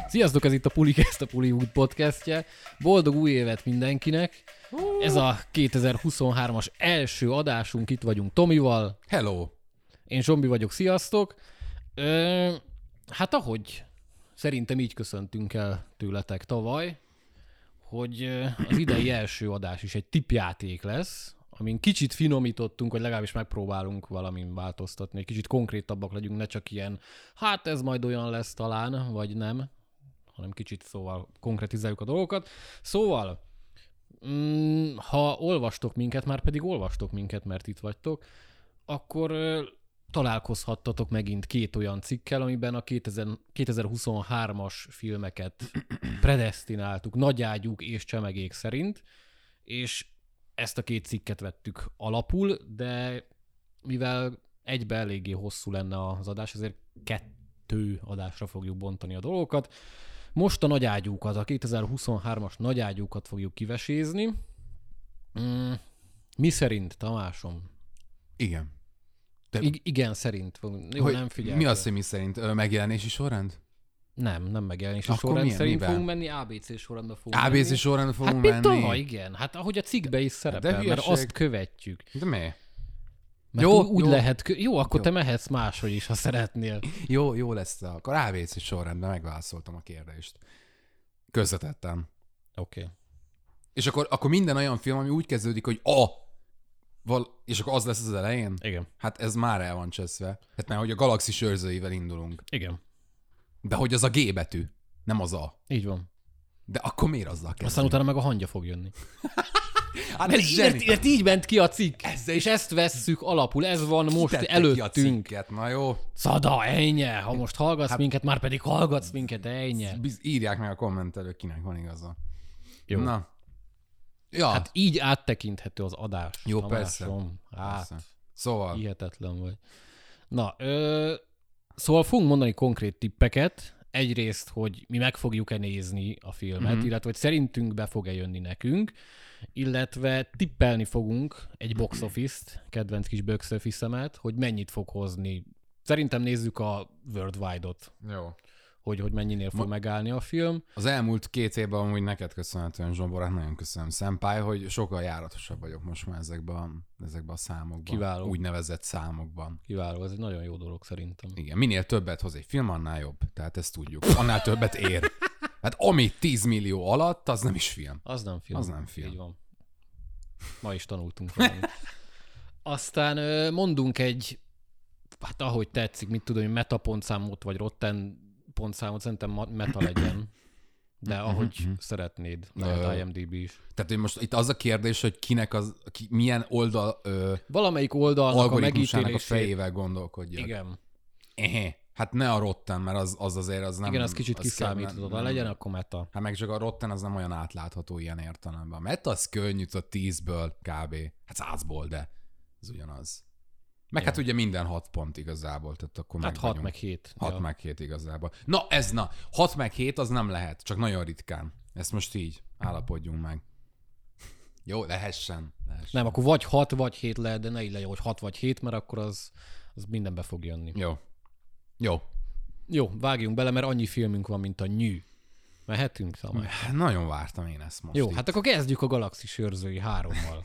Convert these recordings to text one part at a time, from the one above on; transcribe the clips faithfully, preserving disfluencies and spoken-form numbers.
Sziasztok, ez itt a Pulikest, a Puliwood podcastje. Boldog új évet mindenkinek. Ez a kétezer-huszonhármas első adásunk, itt vagyunk Tomival. Hello! Én Zsombi vagyok, sziasztok. Ö, hát ahogy szerintem így köszöntünk el tőletek tavaly, hogy az idei első adás is egy tippjáték lesz, amin kicsit finomítottunk, vagy legalábbis megpróbálunk valamin változtatni, egy kicsit konkrétabbak legyünk, ne csak ilyen, hát ez majd olyan lesz talán, vagy nem, hanem kicsit szóval konkretizáljuk a dolgokat. Szóval, mm, ha olvastok minket, már pedig olvastok minket, mert itt vagytok, akkor ö, találkozhattatok megint két olyan cikkel, amiben a kétezer-huszonhármas filmeket predesztináltuk, nagyágyúk és csemegék szerint, és ezt a két cikket vettük alapul, de mivel egybe eléggé hosszú lenne az adás, ezért kettő adásra fogjuk bontani a dolgokat. Most a nagyágyúkat, a kétezer-huszonhármas nagyágyúkat fogjuk kivesézni. Mm, mi szerint, Tamásom? Igen. De... I- igen, szerint. Jó, hogy nem figyelj. Mi az, hogy mi szerint? Megjelenési sorrend? Nem, nem megjelenési Akkor sorrend milyen, szerint mivel? fogunk menni, á bé cé sorrendben fogunk á bé cé menni. sorrendben fogunk hát, menni? Hát mint tavaly, igen. Hát ahogy a cikkbe is szerepel, mert hülyeség. azt követjük. De mi? Mert Jó, úgy, úgy jó. lehet, jó, akkor Jó. te mehetsz máshogy is, ha szeretnél. Jó, jó lesz. Akkor á bé cé sorrendben megválaszoltam a kérdést. Közvetettem. Oké. Okay. És akkor, akkor minden olyan film, ami úgy kezdődik, hogy a, val- és akkor az lesz az elején? Igen. Hát ez már el van cseszve. Hát mert hogy a galaxis őrzőivel indulunk. Igen. De hogy az a G betű, nem az A. Így van. De akkor miért azzal kezdünk? Aztán utána meg a hangya fog jönni. Hát Mert, ez így, zseni. mert, mert így ment ki a cikk, és ezt vesszük alapul, ez van most Tette ki a előttünk. cikket, na jó. Szada, ennye, ha most hallgatsz Hát- minket, már pedig hallgatsz minket, ennye. Biz- írják meg a kommentelők, kinek van igaza. Jó. Na. Ja, Hát így áttekinthető az adás. jó, Tamásom. persze. Hát, persze. Szóval, hihetetlen vagy. Na, ö, szóval fogunk mondani konkrét tippeket. Egyrészt, hogy mi meg fogjuk-e nézni a filmet, Mhm. illetve hogy szerintünk be fog-e jönni nekünk, illetve tippelni fogunk egy box office-t, kedvenc kis box office-emet, hogy mennyit fog hozni. Szerintem nézzük a Worldwide-ot, jó. hogy, hogy mennyinél fog Ma- megállni a film. Az elmúlt két évben amúgy neked köszönhetően, Zsomborát, nagyon köszönöm, Senpai, hogy sokkal járatosabb vagyok most már ezekben a, ezekben a számokban. Kiváló. Úgynevezett számokban. Kiváló, ez egy nagyon jó dolog szerintem. Igen, minél többet hoz egy film, annál jobb. Tehát ezt tudjuk. Annál többet ér. Hát ami tíz millió alatt, az nem is film. Az nem film. Az nem film. Így van. Ma is tanultunk valamit. Aztán ö, mondunk egy, hát ahogy tetszik, mit tudom, hogy meta pontszámot, vagy rotten pontszámot, szerintem ma- meta legyen. De ahogy Mhm. szeretnéd, Ö. lehet i em dé bé is. Tehát hogy most itt az a kérdés, hogy kinek az, ki, milyen oldal ö, Valamelyik oldalnak a algoritmusának a megítélését. fejével gondolkodjak. Igen. Ehe. Hát ne a Rotten, mert az, az azért az nem... Igen, az kicsit az kiszámítható. kell- Ha legyen, akkor meta. Hát meg csak a Rotten az nem olyan átlátható ilyen értelemben. A Meta az könnyű, a tízből kb. Hát százból, de ez ugyanaz. Meg Ja. hát ugye minden hat pont igazából, tehát akkor Hát meg hat vagyunk. meg hét. hat Ja. meg hét igazából. Na ez na, hat meg hét az nem lehet, csak nagyon ritkán. Ezt most így állapodjunk meg. Jó, lehessen. lehessen. Nem, akkor vagy hat, vagy hét lehet, de ne így legyen, hogy hat vagy hét, mert akkor az, az mindenbe fog jönni. Jó. Jó. Jó, vágjunk bele, mert annyi filmünk van, mint a nyű. Mehetünk, Tamás? Nagyon vártam én ezt most. Jó, itt. hát akkor kezdjük a Galaxis őrzői hárommal.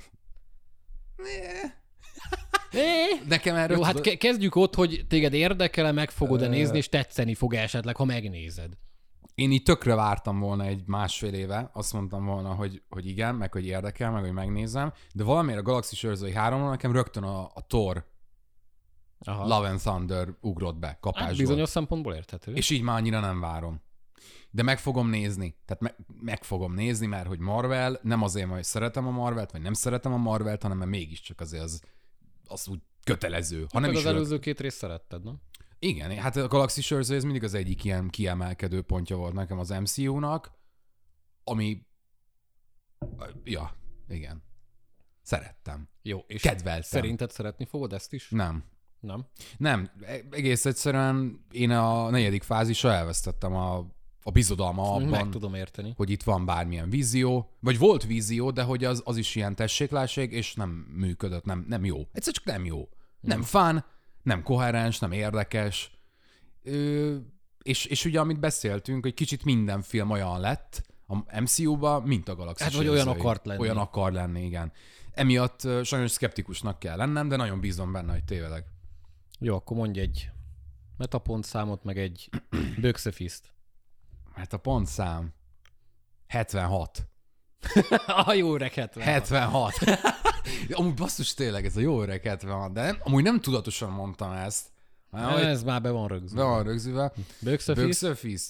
Nekem erről Jó, hát tudod- ke- kezdjük ott, hogy téged érdekel-e, meg fogod-e Ö. nézni, és tetszeni fog esetleg, ha megnézed. Én így tökre vártam volna egy másfél éve, azt mondtam volna, hogy, hogy igen, meg hogy érdekel, meg hogy megnézem, de valamiért a Galaxis őrzői háromról nekem rögtön a, a Thor Aha. Love and Thunder ugrott be Hát kapásból. bizonyos szempontból érthető. És így már annyira nem várom. De meg fogom nézni. Tehát me- meg fogom nézni, mert hogy Marvel, nem azért, mert szeretem a Marvelt, vagy nem szeretem a Marvelt, hanem mert mégiscsak azért az, az úgy kötelező. Ha nem Meg is az rög- előző két részt szeretted, nem? Igen, hát a Galaxis őrző ez mindig az egyik ilyen kiemelkedő pontja volt nekem az em cé u-nak, ami... Ja, igen. Szerettem. Jó, és Kedveltem. szerinted szeretni fogod ezt is? Nem. Nem? Nem. Egész egyszerűen én a negyedik fázisra elvesztettem a, a bizodalma abban, Meg tudom érteni. hogy itt van bármilyen vízió, vagy volt vízió, de hogy az, az is ilyen tessékláség, és nem működött, nem, nem jó. Egyszer csak nem jó. Nem fán, nem koherens, nem érdekes. Ö, és, és ugye, amit beszéltünk, hogy kicsit minden film olyan lett a em cé u-ba, mint a Galaxis Hát, vagy olyan akart lenni. Olyan akar lenni, igen. Emiatt uh, sajnos szkeptikusnak kell lennem, de nagyon bízom benne, hogy tévedek. Jó, akkor mondj egy metapont számot, meg egy box-office-t. Hát a pontszám hetvenhat. A jó öreg hetvenhat. hetvenhat. Amúgy basszus tényleg, ez a jó öreg hetvenhat, de nem, amúgy nem tudatosan mondtam ezt. Hanem, ez már be van rögzülve. Be van rögzülve. Box office? Box office.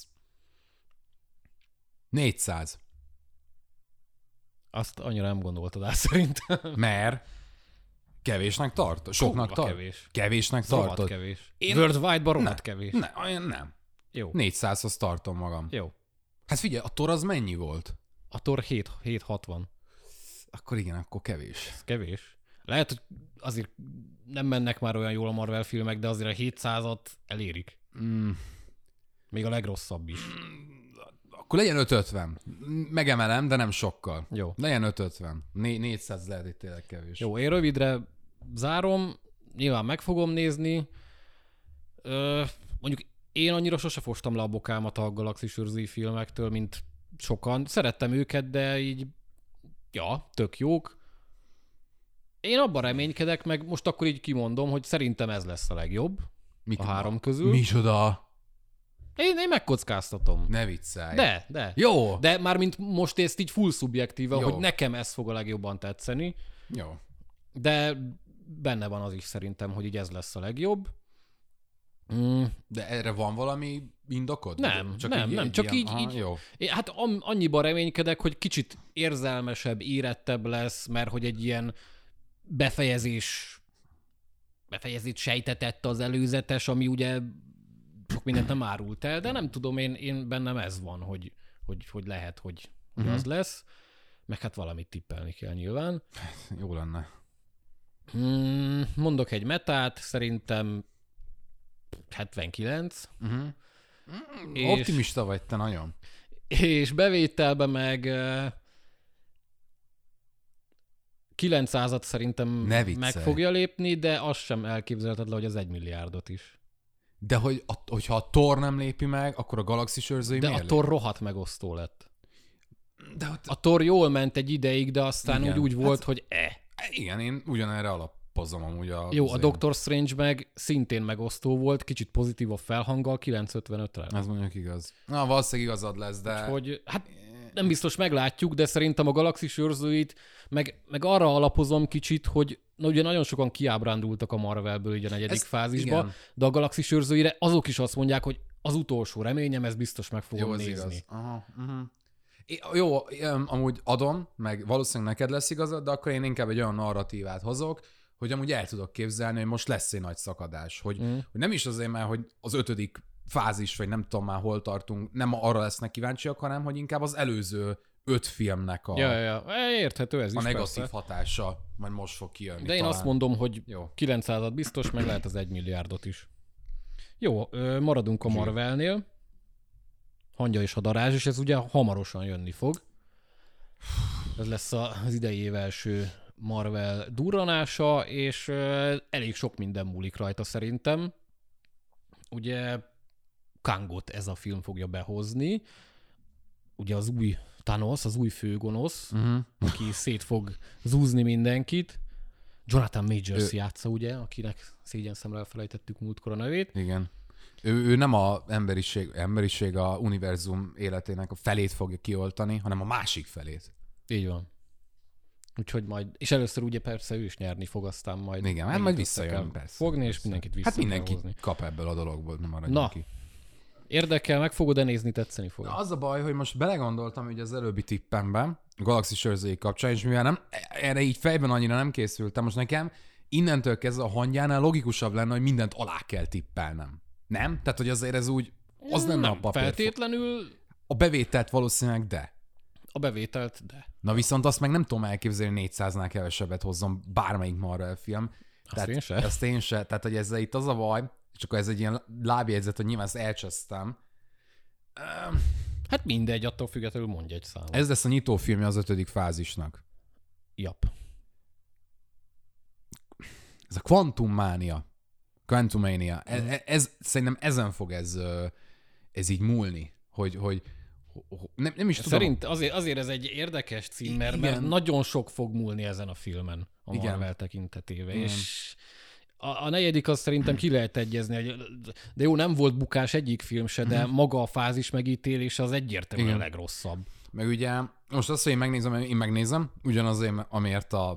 négyszáz. Azt annyira nem gondoltad át szerintem. Mert kevésnek tart? Soknak Kurva tart? kevés. Kevésnek Rohadt tartod? kevés. Én- Worldwide-ban rohadt Ne, kevés. Ne, olyan nem. Jó. négyszázhoz tartom magam. Jó. Hát figyelj, a Thor az mennyi volt? A Thor hét hatvan. Akkor igen, akkor kevés. Ez kevés. Lehet, hogy azért nem mennek már olyan jól a Marvel filmek, de azért a hétszázat elérik. Mm, Még a legrosszabb is. akkor legyen ötszázötven. Megemelem, de nem sokkal. Jó. Legyen ötszázötven. Né- négyszáz lehet itt tényleg kevés. Jó, én rövidre zárom. Nyilván meg fogom nézni. Ö, mondjuk én annyira sose fostam le a bokámat a Galaxis őrzői filmektől, mint sokan. Szerettem őket, de így ja, tök jók. Én abban reménykedek, meg most akkor így kimondom, hogy szerintem ez lesz a legjobb Mik- a három közül. Micsoda? Én, én megkockáztatom. Ne viccelj. De, de. Jó. De már mint most ezt így full szubjektíva, Jó. hogy nekem ez fog a legjobban tetszeni, Jó. de benne van az is szerintem, hogy így ez lesz a legjobb. Mm, De erre van valami indokod? Nem, nem, nem, csak így- aha, így- Jó. Én, hát am, annyiban reménykedek, hogy kicsit érzelmesebb, érettebb lesz, mert hogy egy ilyen befejezés befejezést sejtetett az előzetes, ami ugye sok mindent nem árult el, de nem tudom, én, én bennem ez van, hogy, hogy, hogy lehet, hogy, hogy Mhm. az lesz. Meg hát valamit tippelni kell nyilván. Jó lenne. Hmm, mondok egy metát, szerintem hetvenkilenc, Uh-huh. És- Optimista vagy te nagyon. és bevételbe meg eh, kilencszázat szerintem Ne viccelj. meg fogja lépni, de az sem elképzelhetetlen, hogy az egy milliárdot is. De hogy, a, hogyha a Thor nem lépi meg, akkor a Galaxis őrzői De miért a Thor rohadt megosztó lett. lép? De ott, A Thor jól ment egy ideig, de aztán Igen, úgy, úgy volt, hát- hogy eh. igen, én ugyanerre alapozom amúgy a... Jó, a azért. Doctor Strange meg szintén megosztó volt, kicsit pozitív a felhanggal, kilencszázötvenötre. Ez mondjuk igaz. Na, valószínűleg igazad lesz, de... Hogy hát nem biztos meglátjuk, de szerintem a Galaxis őrzőit meg, meg arra alapozom kicsit, hogy na, ugye nagyon sokan kiábrándultak a Marvelből ugye a negyedik Ez- fázisba, igen. de a Galaxis őrzőire azok is azt mondják, hogy az utolsó reményem, ez biztos meg fogom Jó, ez nézni. igaz. Aha, uh-huh. É, jó, em, amúgy adom, meg valószínűleg neked lesz igazad, de akkor én inkább egy olyan narratívát hozok, hogy amúgy el tudok képzelni, hogy most lesz egy nagy szakadás. Hogy, Mm. hogy nem is azért, mert hogy az ötödik fázis, vagy nem tudom már hol tartunk, nem arra lesznek kíváncsiak, hanem hogy inkább az előző öt filmnek a, Ja, ja, ja, érthető ez a is negatív persze. hatása majd most fog kijönni. De én talán. azt mondom, hogy Jó. kilencszázat biztos, meg lehet az egy milliárdot is. Jó, ö, maradunk a Zsír. Marvelnél. Hangya és a darázs, és ez ugye hamarosan jönni fog. Ez lesz a- az idei év első Marvel durranása, és ö, elég sok minden múlik rajta szerintem. Ugye Kangot ez a film fogja behozni. Ugye az új Thanos, az új főgonosz, Uh-huh. aki szét fog zúzni mindenkit. Jonathan Majors Ő- játsza, ugye, akinek szégyen szemre elfelejtettük múltkor a nevét. Igen. Ő, ő nem a emberiség, emberiség a univerzum életének a felét fogja kioltani, hanem a másik felét. Így van. Úgyhogy majd, és először ugye persze ő is nyerni fog, aztán majd... Igen, hát megint majd össze visszajön, kell persze. Fogni, és persze. mindenkit vissza Hát kell mindenki hozni. kap ebből a dologból, nem maradjunk Na. ki. Érdekel, meg fogod-e nézni, tetszeni fog. Az a baj, hogy most belegondoltam ugye az előbbi tippemben, a Galaxis őrzői kapcsán, és mivel nem, erre így fejben annyira nem készültem, most nekem innentől kezdve a hangjánál logikusabb lenne, hogy mindent alá kell tippelnem. Nem? Tehát, hogy azért ez úgy, az lenne a nem papír. feltétlenül A bevételt valószínűleg de. a bevételt, de. Na viszont azt meg nem tudom elképzelni, hogy négyszáznál kevesebbet hozzon bármelyik Marvel film. Azt én se. Azt én se. Tehát, hogy ezzel itt az a baj, és akkor ez egy ilyen lábjegyzet, hogy nyilván ezt elcsesztem. Öm, Hát mindegy, attól függetlenül mondj egy számot. Ez lesz a nyitófilmje az ötödik fázisnak. Jap. Ez a Quantum Mania. Quantumania. Ez, Mhm. ez, szerintem ezen fog ez, ö, ez így múlni, hogy, hogy nem, nem is tudom. Szerint azért, azért ez egy érdekes cím, mert, mert nagyon sok fog múlni ezen a filmen a Igen. Marvel tekintetében, Igen. és a, a negyedik az szerintem ki lehet egyezni, hogy, de jó, nem volt bukás egyik film se, de maga a fázis megítélése az egyértelműen Igen. a legrosszabb. Meg ugye, most azt, hogy én megnézem, én megnézem, ugyanazért, amiért a,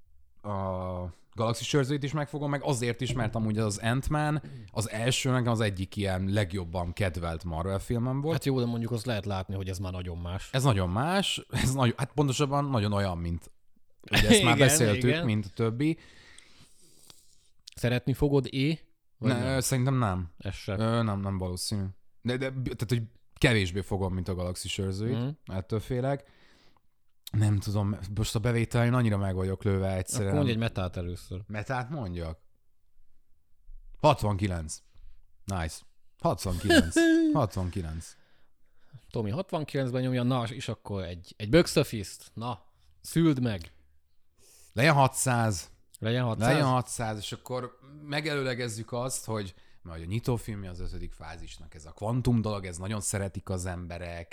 a Galaxis Sörzőit is megfogom, meg azért is, mert amúgy az Ant-Man az első, nekem az egyik ilyen legjobban kedvelt Marvel filmem volt. Hát jó, de mondjuk azt lehet látni, hogy ez már nagyon más. Ez nagyon más, ez nagyon, hát pontosabban nagyon olyan, mint ugye ezt már igen, beszéltük, igen. mint a többi. Szeretni fogod é? Ne, nem? Szerintem nem. Ez sem. Ö, nem, nem valószínű. De, de tehát, hogy kevésbé fogom, mint a Galaxis Sörzőit, mm. ettől félek. Nem tudom, most a bevételén annyira meg vagyok lőve egyszerűen. Akkor mondj egy metát először. Metát mondjak? hatvankilenc. Nice. hatvankilenc. hatvankilenc. Tomi hatvankilencben nyomja, na, és akkor egy, egy box office-t. Na, szüld meg. Legyen hatszáz. Legyen hatszáz. Legyen hatszáz, és akkor megelőlegezzük azt, hogy mert a nyitófilmje az ötödik fázisnak, ez a kvantum dolog, ez nagyon szeretik az emberek.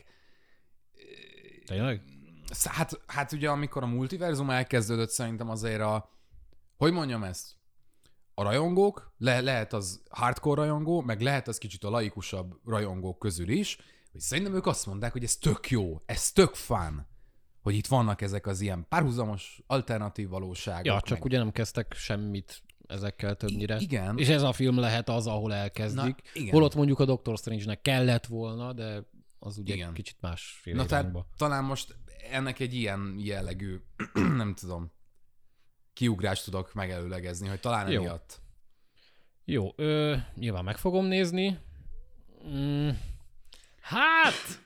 Tényleg? Hát, hát ugye amikor a multiverzum elkezdődött, szerintem azért a, hogy mondjam ezt, a rajongók, le, lehet az hardcore rajongó, meg lehet az kicsit a laikusabb rajongók közül is, hogy szerintem ők azt mondták, hogy ez tök jó, ez tök fun, hogy itt vannak ezek az ilyen párhuzamos alternatív valóságok. Ja, csak meg... ugye nem kezdtek semmit ezekkel többnyire. Igen. És ez a film lehet az, ahol elkezdik. Holott mondjuk a Doctor Strange-nek kellett volna, de az ugye igen. kicsit másfél Na irányba. Tehát talán most ennek egy ilyen jellegű, nem tudom, kiugrást tudok megelőlegezni, hogy talán Jó. emiatt. Jó, ö, nyilván meg fogom nézni. Mm, hát...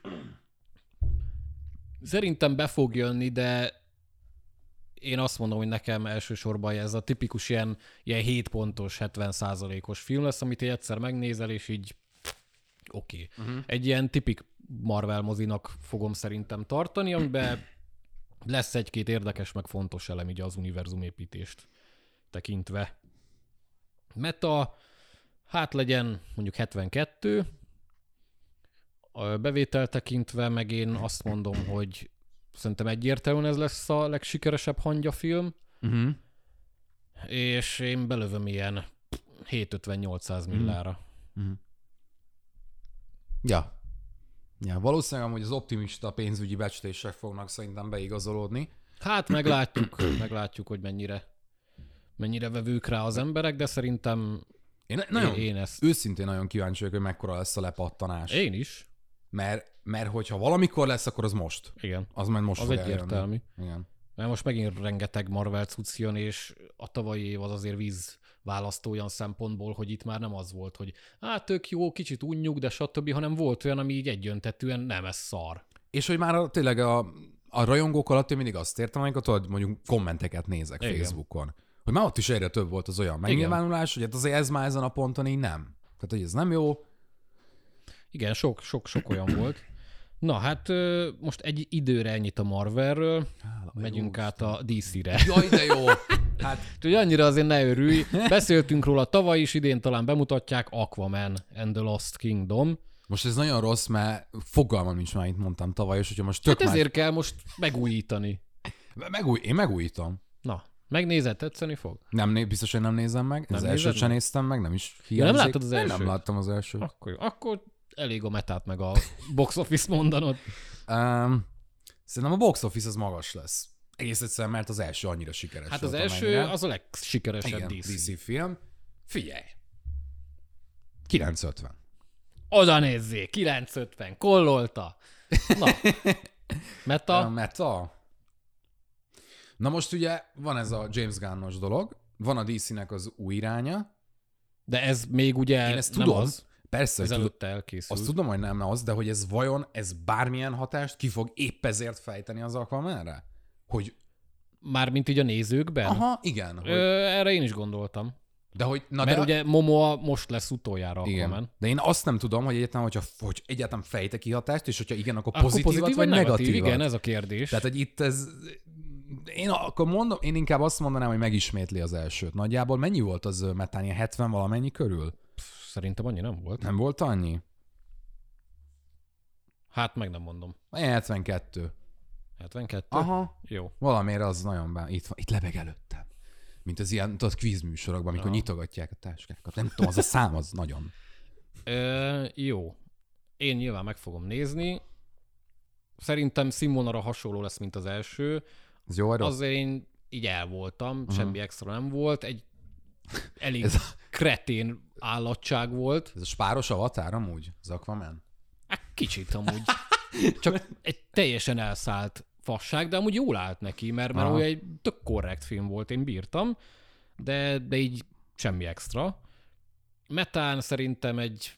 Szerintem be fog jönni, de én azt mondom, hogy nekem elsősorban ez a tipikus ilyen, ilyen hét pontos, hetven százalékos film lesz, amit egyszer megnézel, és így oké. Okay. Uh-huh. Egy ilyen tipik Marvel mozinak fogom szerintem tartani, amiben lesz egy-két érdekes, meg fontos elem így az univerzum építést tekintve. Meta, hát legyen mondjuk hetvenkettő, a bevétel tekintve meg én azt mondom, hogy szerintem egyértelműen ez lesz a legsikeresebb hangyafilm, uh-huh. és én belövöm ilyen hétszázötven-nyolcszáz millára. Uh-huh. Ja. Ja, valószínűleg amúgy az optimista pénzügyi becslések fognak szerintem beigazolódni. Hát meglátjuk, meglátjuk, hogy mennyire, mennyire vevők rá az emberek, de szerintem én, nagyon, én, én ezt... Őszintén nagyon kíváncsi vagyok, hogy mekkora lesz a lepattanás. Én is. Mert, mert hogyha valamikor lesz, akkor az most. Igen. Az majd most az fog egyértelmű. Igen. Mert most megint rengeteg Marvel cucc jön, és a tavalyi év az azért víz választó olyan szempontból, hogy itt már nem az volt, hogy hát tök jó, kicsit unjuk, de stb., hanem volt olyan, ami így egyöntetűen nem, ez szar. És hogy már a, tényleg a, a rajongók alatt én mindig azt értem, amikor tudod, mondjuk kommenteket nézek Igen. Facebookon, hogy már ott is egyre több volt az olyan megnyilvánulás, hogy hát azért ez már ezen a ponton így nem. Tehát, hogy ez nem jó. Igen, sok, sok, sok olyan volt. Na hát most egy időre ennyit a Marvelről, Hála, megyünk jó, át a dé cére. Jaj, de jó! Hát... Úgyhogy annyira azért ne örülj. Beszéltünk róla tavaly is, idén talán bemutatják, Aquaman and the Lost Kingdom. Most ez nagyon rossz, mert fogalmam nincs már, itt mondtam tavaly, és hogyha most tök hát ezért más... kell most megújítani. Megúj... Én megújítom. Na, megnézed, tetszeni fog? Nem, biztos, hogy nem nézem meg. Nem az elsőt sem néztem meg, nem is hiányzik. Ja, nem láttad az elsőt? Nem láttam az elsőt. Akkor, akkor elég a metát meg a box office mondanod. Um, szerintem a box office az magas lesz. Egész egyszerűen, mert az első annyira sikeres. Hát az első amennyire. Az a legsikeresebb Igen, dé cé. dé cé film. Figyelj! kilencszázötven. Oda nézzék, kilencszázötven, kollolta. Na, meta? Uh, meta? Na most ugye van ez a James Gunn-os dolog, van a dé cének az új iránya. De ez még ugye Én ezt nem tudom. az. Persze, ez előtte elkészült. Azt tudom, hogy nem az, de hogy ez vajon, ez bármilyen hatást ki fog épp ezért fejteni az Aquamanre? Hogy... Mármint így a nézőkben? Aha, igen. Hogy... Ö, erre én is gondoltam. De hogy, na Mert de... ugye Momoa most lesz utoljára igen. Aquaman. De én azt nem tudom, hogy egyáltalán, hogyha, hogy egyáltalán fejte ki hatást, és hogyha igen, akkor, akkor pozitívat pozitív vagy negatívat. Igen, ez a kérdés. Tehát, hogy itt ez... Én akkor mondom, én inkább azt mondanám, hogy megismétli az elsőt. Nagyjából mennyi volt az metán? hetven valamennyi körül? Pff, szerintem annyi nem volt. Nem volt annyi? Hát meg nem mondom. hetvenkettő. hetvenkettő? Aha. Jó. Valamiért az nagyon bán. Itt van, itt lebeg előttem. Mint az ilyen, tudod, kvízműsorokban, amikor Aha. nyitogatják a táskákat. Nem tudom, az a szám az nagyon. Ö, jó. Én nyilván meg fogom nézni. Szerintem színvonalra hasonló lesz, mint az első. Ez jó, vagy rossz? Azért én így el voltam, Uh-huh. semmi extra nem volt. Egy elég Ez a- kretén állatság volt. Ez a spáros avatár amúgy? Az Aquaman? Hát kicsit amúgy. Csak egy teljesen elszállt fasság, de amúgy jól állt neki, mert, mert Aha. olyan egy tök korrekt film volt, én bírtam, de, de így semmi extra. Metán szerintem egy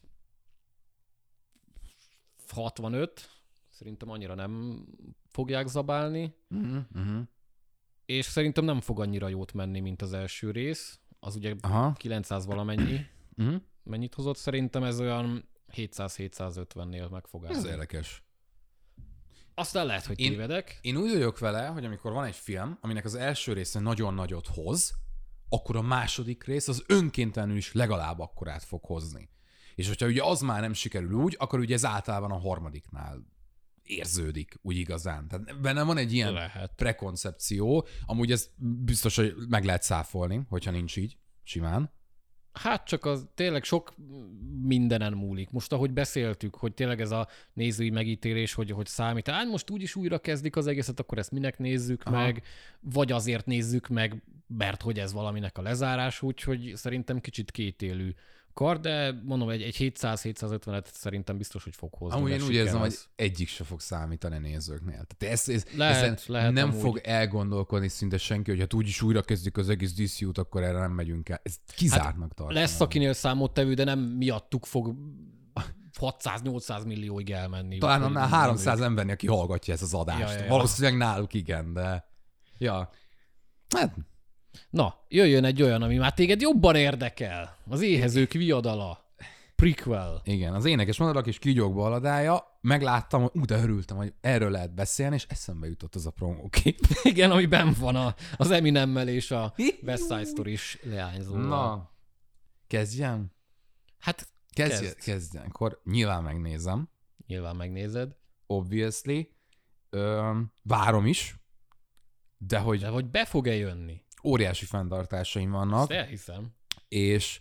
hatvanöt, szerintem annyira nem fogják zabálni, Uh-huh. Uh-huh. és és szerintem nem fog annyira jót menni, mint az első rész. Az ugye Aha. kilencszáz valamennyi, Uh-huh. mennyit hozott, szerintem ez olyan hétszáz-hétszázötvennél meg fog Ez állni. érdekes. Aztán lehet, hogy Én- tévedek. Én úgy vagyok vele, hogy amikor van egy film, aminek az első része nagyon nagyot hoz, akkor a második rész az önkéntelenül is legalább akkorát fog hozni. És hogyha ugye az már nem sikerül úgy, akkor ugye ez általában a harmadiknál érződik úgy igazán. Tehát benne van egy ilyen Lehet. prekoncepció, amúgy ez biztos, hogy meg lehet száfolni, hogyha nincs így, simán. Hát csak az tényleg sok mindenen múlik. Most ahogy beszéltük, hogy tényleg ez a nézői megítélés, hogy, hogy számít. Hát most úgyis újra kezdik az egészet, akkor ezt minek nézzük Aha. meg, vagy azért nézzük meg, mert hogy ez valaminek a lezárás, úgyhogy szerintem kicsit kétélű kar, de mondom, egy, egy hétszáz-hétszázötvenet szerintem biztos, hogy fog hozni. Amúgy én mert úgy siker érzem, hogy lesz. egyik se fog számítani a nézőknél. Tehát ez, ez, Lehet, ezen lehet nem amúgy. fog elgondolkodni szinte senki, hogy hát úgyis újra kezdjük az egész dé cé út, akkor erre nem megyünk el. Ez kizártnak tartom. Lesz, akinél számottevő, de nem miattuk fog hatszáz-nyolcszáz millióig elmenni. Talán úgyhogy annál nem háromszáz ők. emberni, aki hallgatja ezt az adást. Ja, ja, ja. Valószínűleg náluk igen, de... Ja. Hát, Na, jöjjön egy olyan, ami már téged jobban érdekel. Az éhezők viadala. Prequel. igen, az énekes madarak és kígyók balladája, megláttam, hogy ú, de örültem, hogy erről lehet beszélni, és eszembe jutott az a promókép. Igen, ami benn van a, az Eminemmel és a West Side Story-s leányzóval. Na, kezdjem? Hát Kezdje, kezd. kezdjen. Akkor nyilván megnézem. Nyilván megnézed. Obviously. Öm, várom is, de hogy De hogy be fog-e jönni? óriási fenntartásaim vannak, Azt elhiszem. és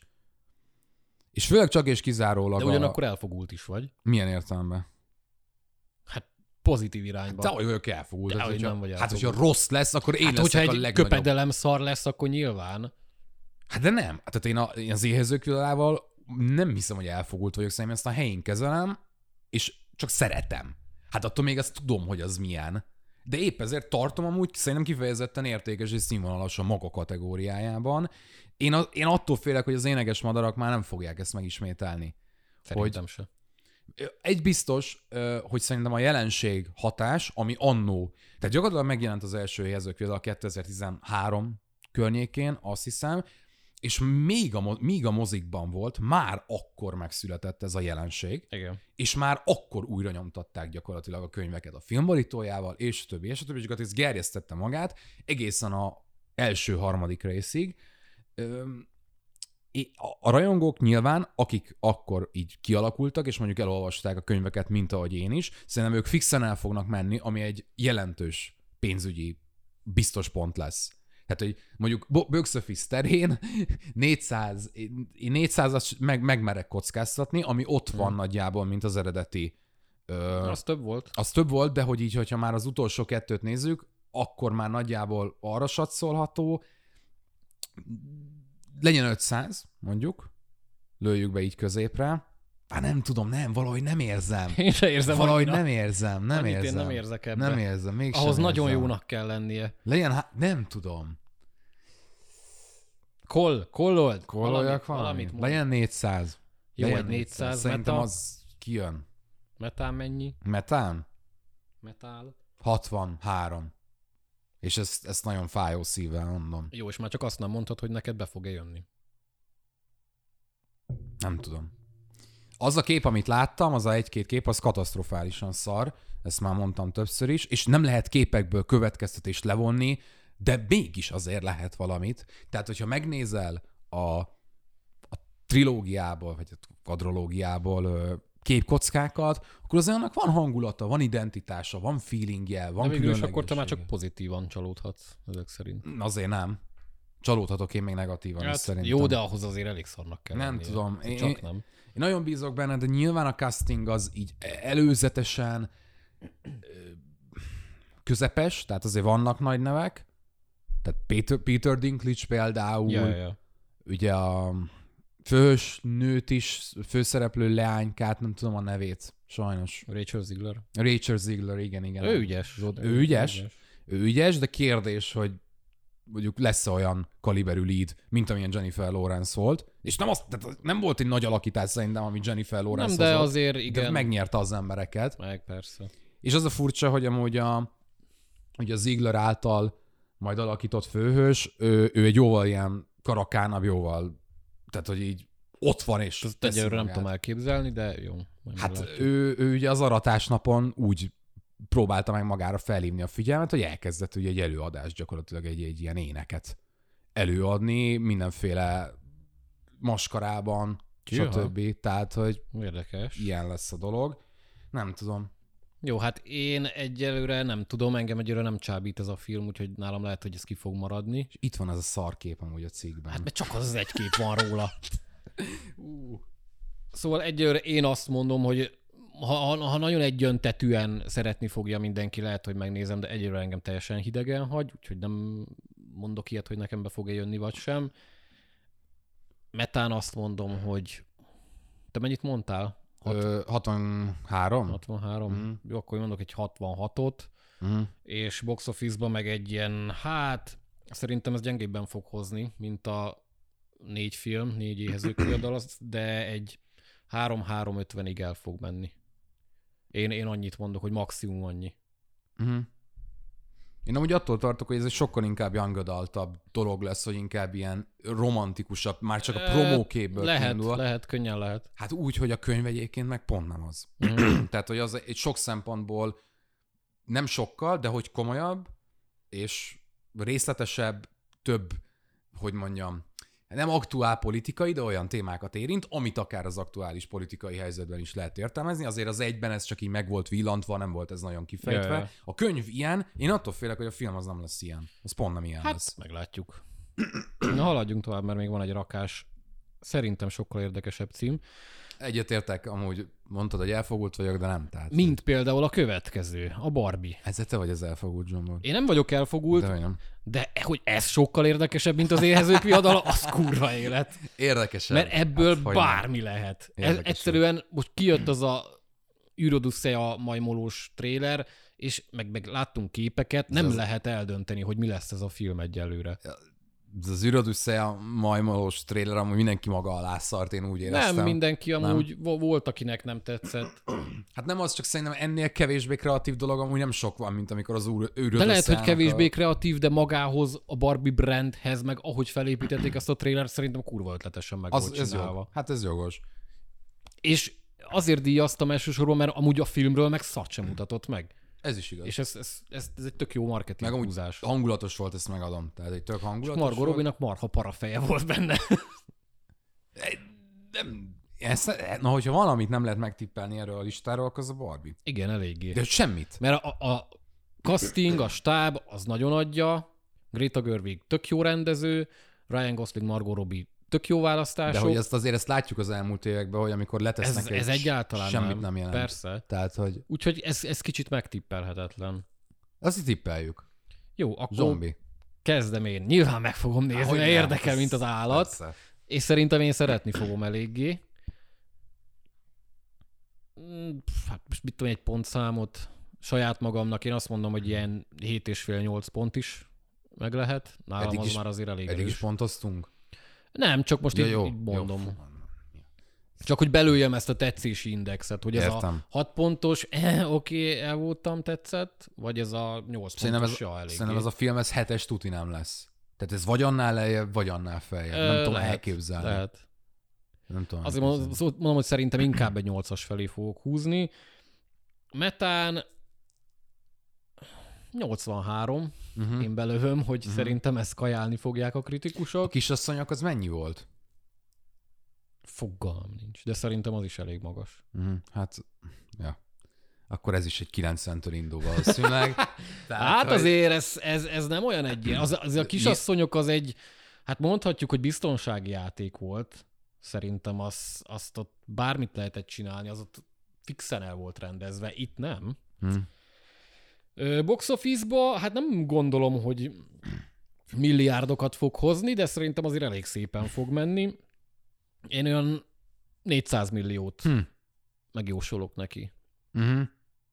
és főleg csak és kizárólag De a... ugyanakkor elfogult is vagy. Milyen értelemben? Hát pozitív irányba. Te hogy vagyok elfogult. Dehogy Hát, hogyha, nem vagy hát, elfogult. hogyha rossz lesz, akkor én Hát, leszek hogyha a egy legnagyobb. köpedelem szar lesz, akkor nyilván. Hát de nem. Tehát én, a, én az éhezők világával nem hiszem, hogy elfogult vagyok, szerintem ezt a helyén kezelem, és csak szeretem. Hát attól még azt tudom, hogy az milyen. De épp ezért tartom amúgy szerintem kifejezetten értékes és színvonalas a maga kategóriájában. Én, a, én attól félek, hogy az énekes madarak már nem fogják ezt megismételni. Szerintem se. Egy biztos, hogy szerintem a jelenség hatás, ami annó, tehát gyakorlatilag megjelent az első éhezők például a kétezer-tizenhárom környékén, azt hiszem, és még a, mo- míg a mozikban volt, már akkor megszületett ez a jelenség, Igen. és már akkor újra nyomtatták gyakorlatilag a könyveket a filmborítójával, és a többi, és a többi, és gyakorlatilag ez gerjesztette magát egészen a első harmadik részig. Öm, é- a, a rajongók nyilván, akik akkor így kialakultak, és mondjuk elolvasták a könyveket, mint ahogy én is, szerintem ők fixen el fognak menni, ami egy jelentős pénzügyi biztos pont lesz. Tehát, hogy mondjuk bo- box office terén négyszáz, én négyszázat meg, megmerek kockáztatni, ami ott van hmm. nagyjából, mint az eredeti. Ö, Az több volt. az több volt, de hogy így, hogyha már az utolsó kettőt nézzük, akkor már nagyjából arra satszolható. Legyen ötszáz, mondjuk. Lőjük be így középre. Á, nem tudom, nem, valahogy nem érzem. Én se érzem Valahogy annyira. nem érzem, nem Annyit érzem. én nem érzek ebbe. Nem érzem, mégsem Ahhoz nagyon érzem. jónak kell lennie. Legyen, há- nem tudom. Koll, kollold. Kolloljak valamit, valami? valamit mond. Legyen négyszáz. Jó, Legyen egy négyszáz. Szerintem Meta, az kijön. metán mennyi? Metán? Metál. hatvanhárom. És ezt, ezt nagyon fájó szívvel mondom. Jó, és már csak azt nem mondhatod, hogy neked be fog-e jönni. Nem tudom. Az a kép, amit láttam, az a egy-két kép, az katasztrofálisan szar. Ezt már mondtam többször is. És nem lehet képekből következtetést levonni, de mégis azért lehet valamit. Tehát, hogyha megnézel a, a trilógiából, vagy a kvadrológiából képkockákat, akkor azért annak van hangulata, van identitása, van feelingje, van De végül is akkor te már különlegessége. csak pozitívan csalódhatsz ezek szerint. Azért nem. Csalódhatok én még negatívan Hát, is szerintem. jó, de ahhoz azért elég szarnak kell Nem lennie. tudom. Én, Csak nem. Én nagyon bízok benne, de nyilván a casting az így előzetesen ö, közepes, tehát azért vannak nagy nevek. Tehát Peter, Peter Dinklage például, Ja, ja, ja. ugye a fős nőt is, főszereplő leánykát, nem tudom a nevét, sajnos. Rachel Ziegler. Rachel Ziegler, igen, igen. Ő ügyes. Ő ügyes, ő ügyes, de kérdés, hogy mondjuk lesz olyan kaliberű lead, mint amilyen Jennifer Lawrence volt. És nem, azt, tehát nem volt egy nagy alakítás szerintem, amit Jennifer Lawrence Nem, de hozott, azért de igen. megnyerte az embereket. Meg persze. És az a furcsa, hogy amúgy a, hogy a Ziegler által majd alakított főhős, ő, ő egy jóval ilyen karakánabb, jóval, tehát hogy így ott van és Ezt teszi egyelőre nem magát. tudom elképzelni, de jó. majd Hát meglátjuk. ő, ő ugye az aratásnapon úgy próbálta meg magára felhívni a figyelmet, hogy elkezdett ugye egy előadást, gyakorlatilag egy, egy ilyen éneket előadni, mindenféle maskarában, Tűha. stb. Tehát, hogy Érdekes. ilyen lesz a dolog. Nem tudom. Jó, hát én egyelőre nem tudom, engem egyelőre nem csábít ez a film, úgyhogy nálam lehet, hogy ez ki fog maradni. És itt van ez a szarkép amúgy a cikkben. Hát mert csak az az egy kép van róla. Szóval egyelőre én azt mondom, hogy ha, ha, ha nagyon egyöntetűen szeretni fogja mindenki, lehet, hogy megnézem, de egyelőre engem teljesen hidegen hagy, úgyhogy nem mondok ilyet, hogy nekem be fog-e jönni, vagy sem. Metán azt mondom, hogy te mennyit mondtál? Hat- Ö, hatvanhárom? hatvanhárom? Mhm. Jó, akkor mondok egy hatvanhatot, Uh-huh. és és box office-ban meg egy ilyen, hát szerintem ez gyengébben fog hozni, mint a négy film, négy éhezők viadal, de egy három-három ötvenig el fog menni. Én, én annyit mondok, hogy maximum annyi. Uh-huh. Én amúgy attól tartok, hogy ez egy sokkal inkább young adult-abb dolog lesz, hogy inkább ilyen romantikusabb, már csak a promóképből Lehet, kiindulva. lehet, könnyen lehet. Hát úgy, hogy a könyv egyébként meg pont nem az. Tehát, hogy az egy sok szempontból nem sokkal, de hogy komolyabb, és részletesebb, több, hogy mondjam, nem aktuál politikai, de olyan témákat érint, amit akár az aktuális politikai helyzetben is lehet értelmezni. Azért az egyben ez csak így meg volt villantva, nem volt ez nagyon kifejtve. Ja, ja. A könyv ilyen, én attól félek, hogy a film az nem lesz ilyen. Ez pont nem ilyen Hát, lesz. meglátjuk. Na, haladjunk tovább, mert még van egy rakás, szerintem sokkal érdekesebb cím. Egyetértek, amúgy mondtad, hogy elfogult vagyok, de nem. Tehát, Mint például a következő, a Barbie. ezzel te vagy az elfogult, Zsombor. Én nem vagyok elfogult, De vagy nem. de hogy ez sokkal érdekesebb, mint az éhezők viadala, az kurva élet. Érdekesebb. Mert ebből Hát, hogy bármi lehet. Ez Érdekesebb. egyszerűen most kijött az a űrodüsszea majmolós tréler, és meg, meg láttunk képeket, nem az- lehet eldönteni, hogy mi lesz ez a film egyelőre. Ez az űrodüsszeja a majmolós trailer, amúgy mindenki maga alá szart, én úgy éreztem. Nem mindenki amúgy, nem. volt, akinek nem tetszett. Hát nem az, csak szerintem ennél kevésbé kreatív dolog amúgy nem sok van, mint amikor az úr- űrodüsszeának De lehet, hogy kevésbé a... kreatív, de magához, a Barbie brandhez, meg ahogy felépítették ezt a trailer, szerintem kurva ötletesen meg Az, volt ez csinálva. jó. Hát ez jogos. És azért díjaztam elsősorban, mert amúgy a filmről meg szart sem mutatott meg. Ez is igaz. És ez, ez, ez, ez egy tök jó marketing meg amúgy húzás. hangulatos volt, ezt megadom. Tehát egy tök És hangulatos Margot volt. Robbie-nak marha parafeje volt benne. Nem, ezt, na, hogyha valamit nem lehet megtippelni erről a listáról, akkor az a Barbie. Igen, eléggé. De hogy semmit. Mert a, a casting, a stáb, az nagyon adja. Greta Gerwig tök jó rendező, Ryan Gosling, Margot Robbie tök jó De választások. hogy ezt azért ezt látjuk az elmúlt években, hogy amikor letesznek ez, egy ez egyáltalán semmit nem. nem jelent. Persze. Tehát, hogy Úgyhogy ez, ez kicsit megtippelhetetlen. azt itt tippeljük. Jó, akkor Zombi. kezdem én. Nyilván meg fogom nézni, Hogy mert nem, érdekel, ez- mint az állat. Persze. És szerintem én szeretni fogom eléggé. Mm, pff, Hát most mit tudom, egy pontszámot saját magamnak, én azt mondom, hogy ilyen hét és fél nyolc pont is meg lehet. Nálam Eddig az is- már azért elég Eddig is erős. pontoztunk? Nem, csak most Ja, így, jó, így mondom. jó. Csak hogy belőjem ezt a tetszési indexet, hogy ez Értem. a hat pontos, eh, oké, okay, el voltam, tetszett, vagy ez a nyolc Szerintem pontos, ez, ja, eléggé. szerintem ez a film ez hetes tuti nem lesz. Tehát ez vagy annál lejjebb, vagy annál feljebb. Ö, Nem tudom lehet, elképzelni. Lehet. Nem tudom Azért elképzelni. mondom, szóval mondom, hogy szerintem inkább egy nyolcas felé fogok húzni. Metán nyolcvanhárom, Uh-huh. én belövöm, hogy Mhm. szerintem ezt kajálni fogják a A kritikusok. kisasszonyok az mennyi volt? Fogalmam nincs, de szerintem az is elég magas. Mm, hát, ja. Akkor ez is egy kilencventől indul valószínűleg. Tehát, Hát hogy... azért ez, ez, ez nem olyan egy... Az, az a kisasszonyok az egy... Hát mondhatjuk, hogy biztonsági játék volt. Szerintem az, azt ott bármit lehetett csinálni, az ott fixen el volt rendezve. Itt nem. Hmm. Box office-ba, hát nem gondolom, hogy milliárdokat fog hozni, de szerintem azért elég szépen fog menni. Én olyan négyszáz milliót hmm. megjósolok neki. Uh-huh.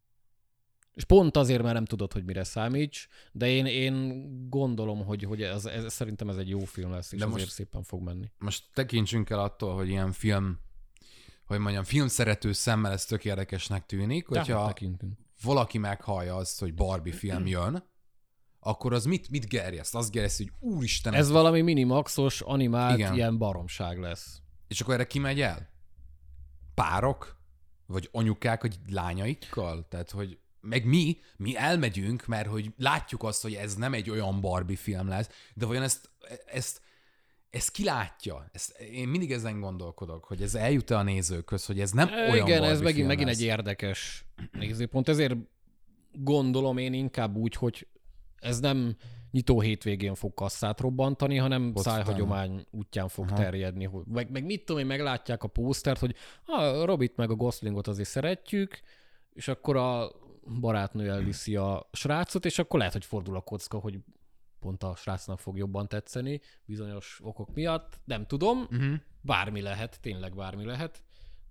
És pont azért, mert nem tudod, hogy mire számíts, de én, én gondolom, hogy, hogy ez, ez, szerintem ez egy jó film lesz, és de azért most, szépen fog menni. Most tekintsünk el attól, hogy ilyen film, hogy mondjam, filmszerető szemmel ez tök érdekesnek tűnik, hogyha valaki meghallja azt, hogy Barbie film jön, akkor az mit, mit gerjeszt? Azt gerjeszt, hogy úristen... Ez valami minimaxos, animált, igen. Ilyen baromság lesz. És akkor erre kimegy el? Párok? Vagy anyukák, hogy lányaikkal? Tehát, hogy meg mi, mi elmegyünk, mert hogy látjuk azt, hogy ez nem egy olyan Barbie film lesz, de vajon ezt, ezt, ezt ki látja? Ezt, én mindig ezen gondolkodok, hogy ez eljut-e a nézőkhöz, hogy ez nem e, olyan igen, Barbie ez megint, film megint lesz. Egy érdekes nézőpont. Ezért gondolom én inkább úgy, hogy ez nem nyitó hétvégén fog kasszát robbantani, hanem Posztán. Szájhagyomány útján fog Aha. terjedni. Meg, meg mit tudom én, meglátják a pósztert, hogy a Robit meg a Goslingot azért szeretjük, és akkor a barátnő elviszi a srácot, és akkor lehet, hogy fordul a kocka, hogy pont a srácnak fog jobban tetszeni bizonyos okok miatt. Nem tudom, uh-huh. bármi lehet, tényleg bármi lehet.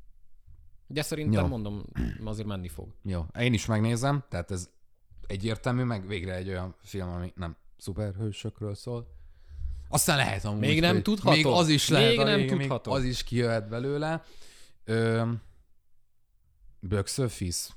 De szerintem Jó. mondom, azért menni fog. Jó, én is megnézem, tehát ez egyértelmű, meg végre egy olyan film, ami nem szuperhősökről szól. Aztán lehet amúgy, még nem tudható. Még az is lehet, még nem még, tudható. Még az is kijöhet belőle. Ö, Box Office.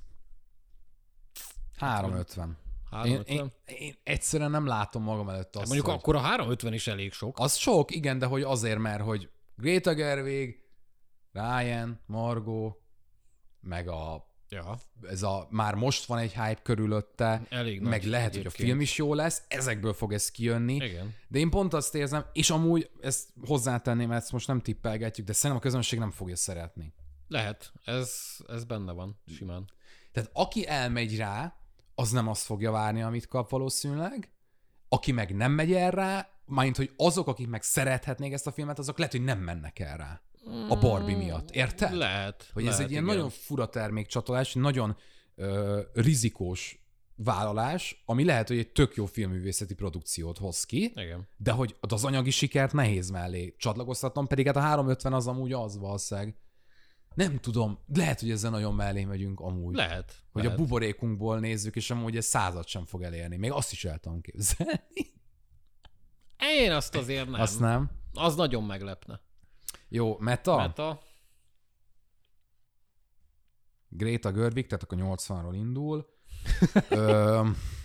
háromszázötven. Én, én, én egyszerűen nem látom magam előtt azt, mondjuk hogy... akkor a háromszázötven is elég sok. Az sok, igen, de hogy azért, mert hogy Greta Gerwig, Ryan, Margot, meg a ja. ez a, már most van egy hype körülötte, elég meg lehet, egyébként. Hogy a film is jó lesz, ezekből fog ez kijönni. Igen. De én pont azt érzem, és amúgy ezt hozzátenném, ezt most nem tippelgetjük, de szerintem a közönség nem fogja szeretni. Lehet, ez, ez benne van, simán. Tehát aki elmegy rá, az nem azt fogja várni, amit kap valószínűleg. Aki meg nem megy el rá, mármint, hogy azok, akik meg szerethetnék ezt a filmet, azok lehet, hogy nem mennek el rá. A Barbie miatt. Érted? Lehet. Hogy lehet, ez egy ilyen igen. nagyon fura termékcsatolás, nagyon ö, rizikós vállalás, ami lehet, hogy egy tök jó filmművészeti produkciót hoz ki, igen. de hogy az anyagi sikert nehéz mellé csatlakoztatnom, pedig hát a háromszázötven az amúgy az valószínűleg. Nem tudom, lehet, hogy ezzel nagyon mellé megyünk amúgy. Lehet. Hogy lehet. A buborékunkból nézzük, és amúgy ez százat sem fog elérni. Még azt is el tudom képzelni. Én azt azért nem. Azt nem? Az nagyon meglepne. Jó, meta? Meta. Greta Gerwig, tehát akkor nyolcvanról indul. Ö,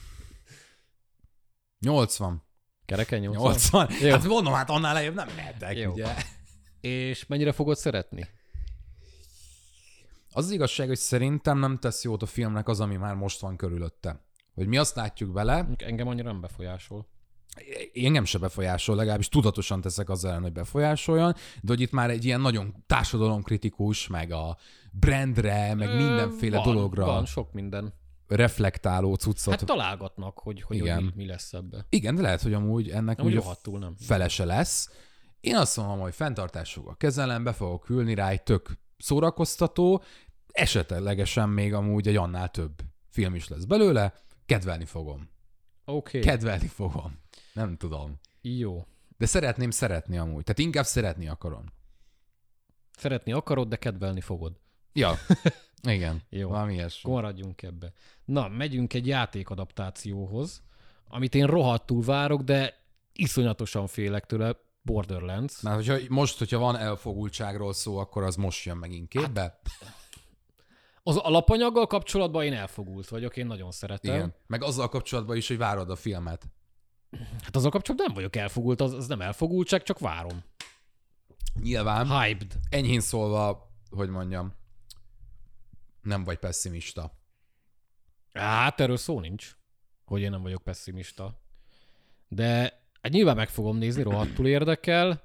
nyolcvan. Kereken nyolcvan? nyolcvan. Jó. Hát mondom, hát annál lejjebb nem mehetek, Jó. ugye? És mennyire fogod szeretni? Az, az igazság, hogy szerintem nem tesz jót a filmnek az, ami már most van körülötte. Hogy mi azt látjuk bele. Engem annyira nem befolyásol. Engem se befolyásol, legalábbis tudatosan teszek azzal ellen, hogy befolyásoljon, de hogy itt már egy ilyen nagyon társadalomkritikus, meg a brandre, meg Ö, mindenféle van, dologra van sok minden. reflektáló cuccot. Hát találgatnak, hogy, hogy mi, mi lesz ebbe. Igen, de lehet, hogy amúgy ennek amúgy úgy nem. felese lesz. Én azt mondom, hogy fenntartásokkal kezelem, be fogok ülni rá, egy tök szórakoztató, esetlegesen még amúgy egy annál több film is lesz belőle, kedvelni fogom. Oké. Okay. Kedvelni fogom. Nem tudom. Jó. De szeretném szeretni amúgy. Tehát inkább szeretni akarom. Szeretni akarod, de kedvelni fogod. Ja. Igen. Jó. Valami ilyesmi. Maradjunk ebbe. Na, megyünk egy játékadaptációhoz, amit én rohadtul várok, de iszonyatosan félek tőle. Borderlands. Már hogyha most, hogyha van elfogultságról szó, akkor az most jön megint képbe. Hát, az alapanyaggal kapcsolatban én elfogult vagyok, én nagyon szeretem. Igen. Meg azzal kapcsolatban is, hogy várod a filmet. Hát azzal kapcsolatban nem vagyok elfogult, az, az nem elfogultság, csak várom. Nyilván. Hyped. Enyhén szólva, hogy mondjam, nem vagy pessimista. Hát erről szó nincs, hogy én nem vagyok pessimista. De hát nyilván meg fogom nézni, rohadtul érdekel,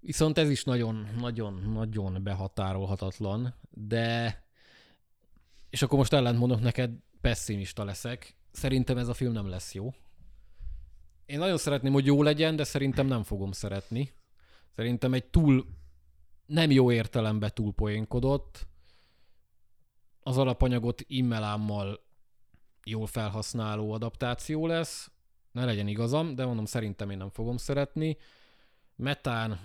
Viszont ez is nagyon-nagyon-nagyon behatárolhatatlan, de és akkor most ellent mondok neked, pessimista leszek. Szerintem ez a film nem lesz jó. Én nagyon szeretném, hogy jó legyen, de szerintem nem fogom szeretni. Szerintem egy túl, nem jó értelemben túlpoénkodott, az alapanyagot immelámmal jól felhasználó adaptáció lesz. Ne legyen igazam, de mondom, szerintem én nem fogom szeretni. Metán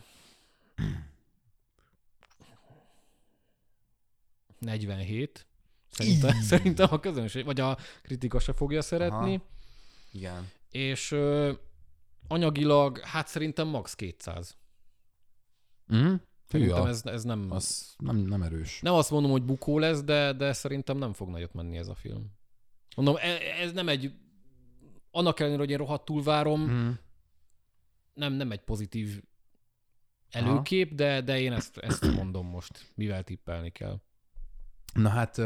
negyvenhét. Szerintem, szerintem a közönség, vagy a kritika se fogja szeretni. Aha. Igen. És ö, anyagilag, hát szerintem max. kétszáz. Mm? Szerintem ez, ez nem... Az nem, nem erős. Nem azt mondom, hogy bukó lesz, de, de szerintem nem fog nagyot menni ez a film. Mondom, ez nem egy... Annak ellenére, hogy én rohadtul várom, Mm. nem, nem egy pozitív előkép, de, de én ezt, ezt mondom most, mivel tippelni kell. Na hát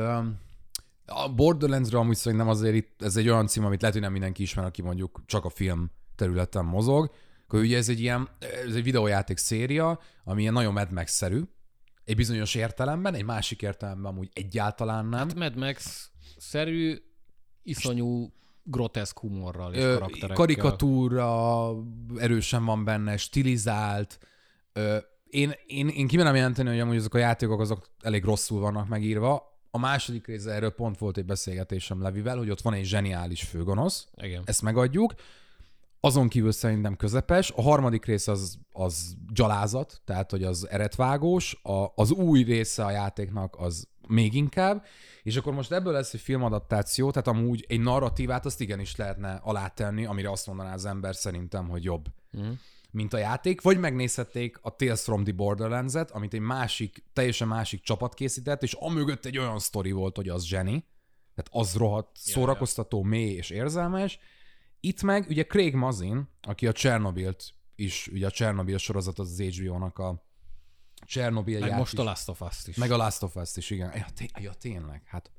a Borderlands-ra amúgy szerintem azért itt, ez egy olyan cím, amit lehet, hogy nem mindenki ismer, aki mondjuk csak a film területen mozog. Akkor ugye ez egy ilyen, ez egy videójáték széria, ami ilyen nagyon Mad Max-szerű. Egy bizonyos értelemben, egy másik értelemben amúgy egyáltalán nem. Hát Mad Max-szerű, iszonyú groteszk humorral és Ö, karakterekkel. Karikatúra erősen van benne, stilizált. Ö, én, én, én kimenem jelenteni, hogy amúgy azok a játékok azok elég rosszul vannak megírva. A második rész erről pont volt egy beszélgetésem Levivel, hogy ott van egy zseniális főgonosz. Igen. Ezt megadjuk. Azon kívül szerintem közepes. A harmadik rész az, az gyalázat, tehát hogy az eretvágós. A, az új része a játéknak az még inkább. És akkor most ebből lesz egy filmadaptáció, tehát amúgy egy narratívát azt igenis lehetne alátenni, amire azt mondaná az ember szerintem, hogy jobb, mm. mint a játék. Vagy megnézhették a Tales from the Borderlands-et, amit egy másik, teljesen másik csapat készített, és amögött egy olyan sztori volt, hogy az zseni. Tehát az rohadt szórakoztató, mély és érzelmes. Itt meg ugye Craig Mazin, aki a Csernobylt is, ugye a Csernobyl sorozat az az há bé ó-nak a Csernobylját Meg most is. a Last of Us-t is. Meg a Last of Us-t is, igen. Ja, té- ja tényleg, hát.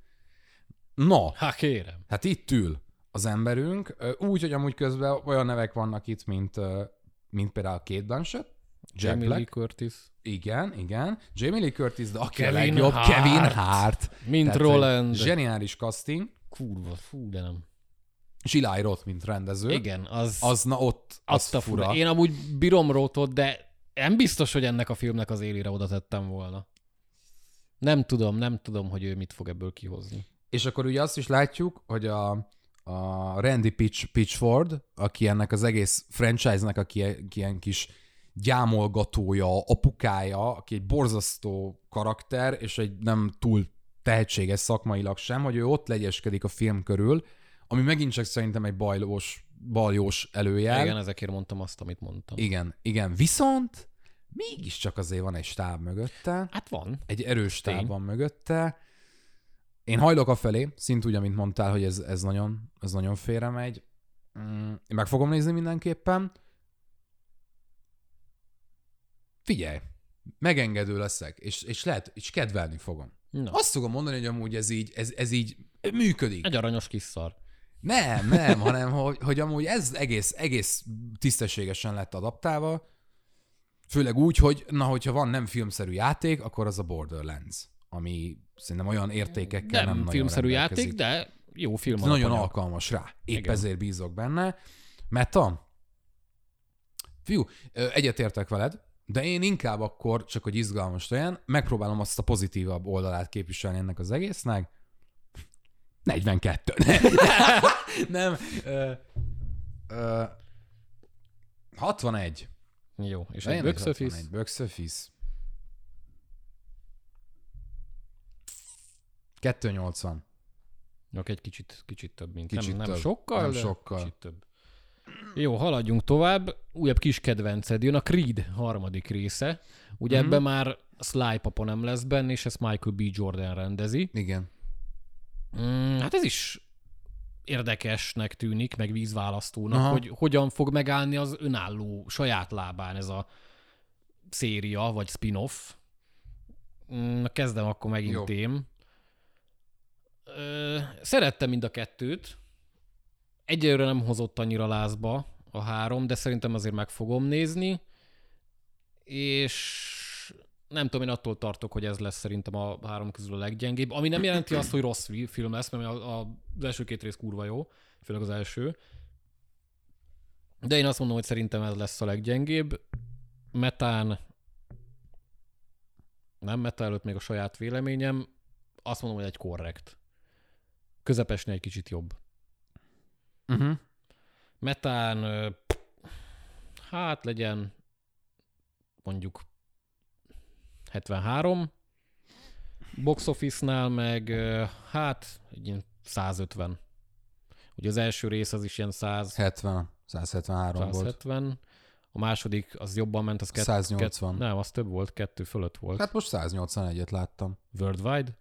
No, Hát kérem. hát itt ül az emberünk, úgy, hogy amúgy közben olyan nevek vannak itt, mint, mint például Kate Blanchett, Jack Jamie Lee Black. Curtis. Igen, igen. Jamie Lee Curtis, de aki Kevin a legjobb, Hart. Kevin Hart. Mint Tehát Roland. egy zseniális casting. Kurva, fú, de nem. És Eli Roth, mint rendező. Igen, az... Az, na ott, az adta fura. fura. Én amúgy bírom Rothot, de nem biztos, hogy ennek a filmnek az élére oda tettem volna. Nem tudom, nem tudom, hogy ő mit fog ebből kihozni. És akkor ugye azt is látjuk, hogy a, a Randy Pitch, Pitchford, aki ennek az egész franchise-nek, aki, aki ilyen kis gyámolgatója, apukája, aki egy borzasztó karakter, és egy nem túl tehetséges szakmailag sem, hogy ő ott legyeskedik a film körül, ami megint csak szerintem egy bajlós, baljós előjel. Igen, ezekért mondtam azt, amit mondtam. Igen, igen. Viszont mégiscsak azért van egy stáb mögötte. Hát van. Egy erős stáb Tény. van mögötte. Én hajlok a felé, szint úgy, amint mondtál, hogy ez, ez, nagyon, ez nagyon félre megy. Mm, én meg fogom nézni mindenképpen. Figyelj, megengedő leszek, és, és lehet, és kedvelni fogom. Na. Azt fogom mondani, hogy amúgy ez így, ez, ez így működik. Egy aranyos kis szar. Nem, nem, hanem hogy, hogy amúgy ez egész, egész tisztességesen lett adaptálva, főleg úgy, hogy na, hogyha van nem filmszerű játék, akkor az a Borderlands, ami szerintem olyan értékekkel nem, Nem nagyon filmszerű rendelkezik. játék, de jó film. Ez nagyon alapanyag. alkalmas rá. Épp Igen. ezért bízok benne. Meta? Fiú, ö, egyetértek veled, de én inkább akkor, csak hogy izgalmas legyen, megpróbálom azt a pozitívabb oldalát képviselni ennek az egésznek. negyvenkettő. Nem. Ö, ö, hatvanegy. Jó, és Legyen egy egy box office. hatvanegy. Box office. kétszáznyolcvan. Oké, egy kicsit, kicsit több, mint Kicsit nem, nem több. sokkal, Nem de sokkal. kicsit több. Jó, haladjunk tovább. Újabb kis kedvenced jön, a Creed harmadik része. Ugye Mhm. ebben már Sly papa nem lesz benne, és ezt Michael B. Jordan rendezi. Igen. Mm, hát ez is érdekesnek tűnik, meg vízválasztónak, Aha. hogy hogyan fog megállni az önálló, saját lábán ez a széria, vagy spin-off. Mm, na, kezdem akkor megint Jó. én. Ö, szerettem mind a kettőt. Egyelőre nem hozott annyira lázba a három, de szerintem azért meg fogom nézni. és nem tudom, én attól tartok, hogy ez lesz szerintem a három közül a leggyengébb, ami nem jelenti azt, hogy rossz film lesz, mert a, a, az első két rész kurva jó, főleg az első. De én azt mondom, hogy szerintem ez lesz a leggyengébb. Metán, nem Meta előtt még a saját véleményem, azt mondom, hogy egy korrekt. Közepesnél egy kicsit jobb. Uh-huh. Metán, hát legyen mondjuk hetvenhárom. Box Office-nál meg hát egy ilyen százötven. Ugye az első rész az is ilyen száz... hetven, százhetvenhárom száz hetven. Volt. A második az jobban ment, az kett, száznyolcvan. Kett, nem, az több volt, kettő fölött volt. Hát most száznyolcvanegyet láttam. Worldwide?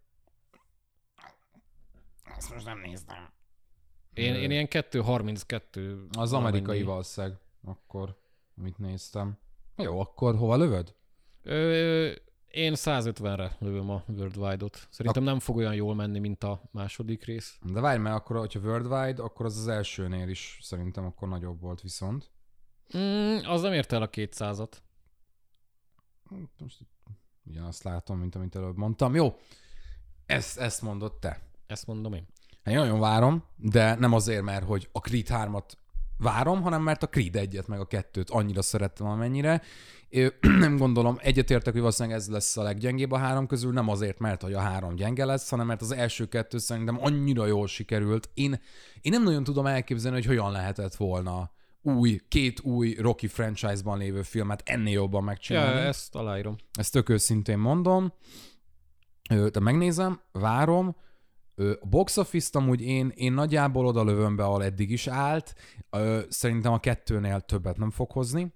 Azt most nem néztem. Én, én ilyen kettő harminckettő. Az amerikai valószínűleg akkor, amit néztem. Jó, akkor hova lövöd? Ö, én százötvenre lövöm a Worldwide-ot. Szerintem a... nem fog olyan jól menni, mint a második rész. De várj, mert akkor, hogyha Worldwide, akkor az az elsőnél is szerintem akkor nagyobb volt viszont. Mm, az nem érte el a kétszázat. Most ugyanazt látom, mint amit előbb mondtam. Jó, ezt, ezt mondod te. Ezt mondom én. Hát én nagyon várom, de nem azért, mert hogy a Creed hármat várom, hanem mert a Creed egyet meg a kettőt annyira szerettem, amennyire. Én nem gondolom, egyetértek, hogy valószínűleg ez lesz a leggyengébb a három közül, nem azért, mert hogy a három gyenge lesz, hanem mert az első kettő szerintem annyira jól sikerült. Én, én nem nagyon tudom elképzelni, hogy hogyan lehetett volna új, két új Rocky franchise-ban lévő filmet ennél jobban megcsinálni. Ja, ezt aláírom. Ezt tök őszintén mondom. De megnézem, várom. A box office-t amúgy én, én nagyjából oda lövöm be, ahol eddig is állt. Szerintem a kettőnél többet nem fog hozni.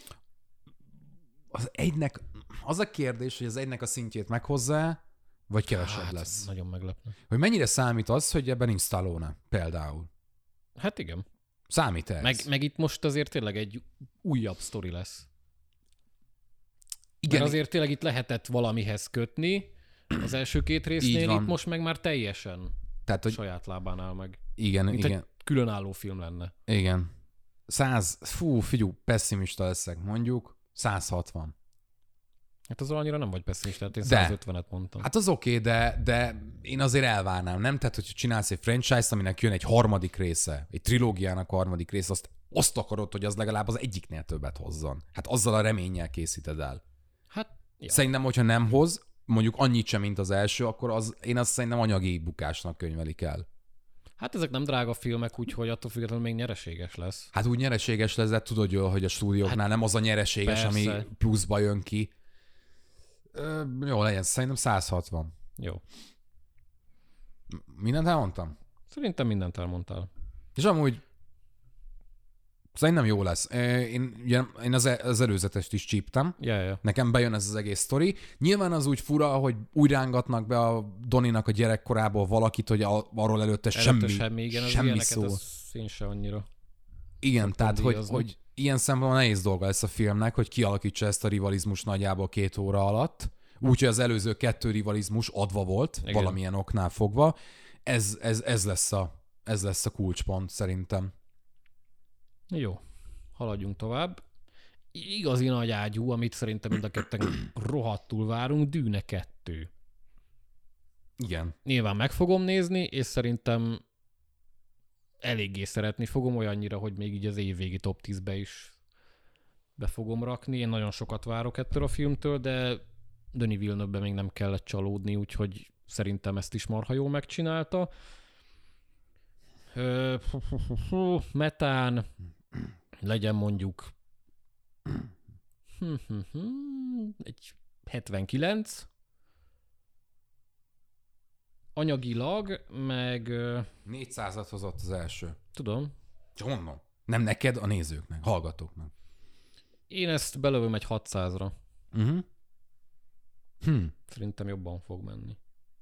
Az egynek, az a kérdés, hogy az egynek a szintjét meghozza, vagy kevesebb hát, lesz. Nagyon meglepne. Hogy mennyire számít az, hogy ebben nincs Stallone például? Hát igen. Számít ez? Meg, meg itt most azért tényleg egy újabb sztori lesz. Igen. Mert azért tényleg itt lehetett valamihez kötni az első két résznél, itt most meg már teljesen Tehát, hogy saját lábán áll meg. Igen, Mint igen. egy különálló film lenne. Igen. Száz, fú, figyú, pessimista leszek, mondjuk száz hatvan. Hát az annyira nem vagy pessimista, hát én de, százötvenet mondtam. Hát az oké, okay, de, de én azért elvárnám, nem? Tehát, hogyha csinálsz egy franchise-t, aminek jön egy harmadik része, egy trilógiának a harmadik része, azt, azt akarod, hogy az legalább az egyiknél többet hozzon. Hát azzal a reménnyel készíted el. Hát, ja. Szerintem, hogyha nem hoz, mondjuk annyit sem, mint az első, akkor az, én azt szerintem anyagi bukásnak könyvelik el. Hát ezek nem drága filmek, úgyhogy attól függetlenül még nyereséges lesz. Hát úgy nyereséges lesz, de tudod jól, hogy a stúdióknál hát, nem az a nyereséges, persze. Ami pluszba jön ki. Ö, jó, legyen, szerintem száz hatvan. Jó. Mindent elmondtam? Szerintem mindent elmondtál. És amúgy szerintem jó lesz. Én, én az, az előzetest is csíptem. Yeah, yeah. Nekem bejön ez az egész sztori. Nyilván az úgy fura, hogy úgy rángatnak be a Donnie-nak a gyerekkorából valakit, hogy a, arról előtte, előtte semmi, semmi, igen, semmi szó. Az én se annyira. Igen, tehát hogy, hogy ilyen szempontból nehéz dolga lesz a filmnek, hogy kialakítsa ezt a rivalizmus nagyjából két óra alatt. Úgyhogy az előző kettő rivalizmus adva volt, igen. Valamilyen oknál fogva. Ez, ez, ez, lesz a, ez lesz a kulcspont szerintem. Jó, haladjunk tovább. Igazi nagy ágyú, amit szerintem mind a ketten rohadtul várunk, Dűne kettő. Igen. Nyilván meg fogom nézni, és szerintem eléggé szeretni fogom, olyannyira, hogy még így az évvégi top tízbe is be fogom rakni. Én nagyon sokat várok ettől a filmtől, de Denis Villeneuve-ben még nem kellett csalódni, úgyhogy szerintem ezt is marha jól megcsinálta. Metán legyen mondjuk egy hetvenkilenc. Anyagilag, meg... négyszázat hozott az első. Tudom. Csak mondom. Nem neked, a nézőknek, hallgatóknak. Én ezt belövöm egy hatszázra. Uh-huh. Hm. Szerintem jobban fog menni.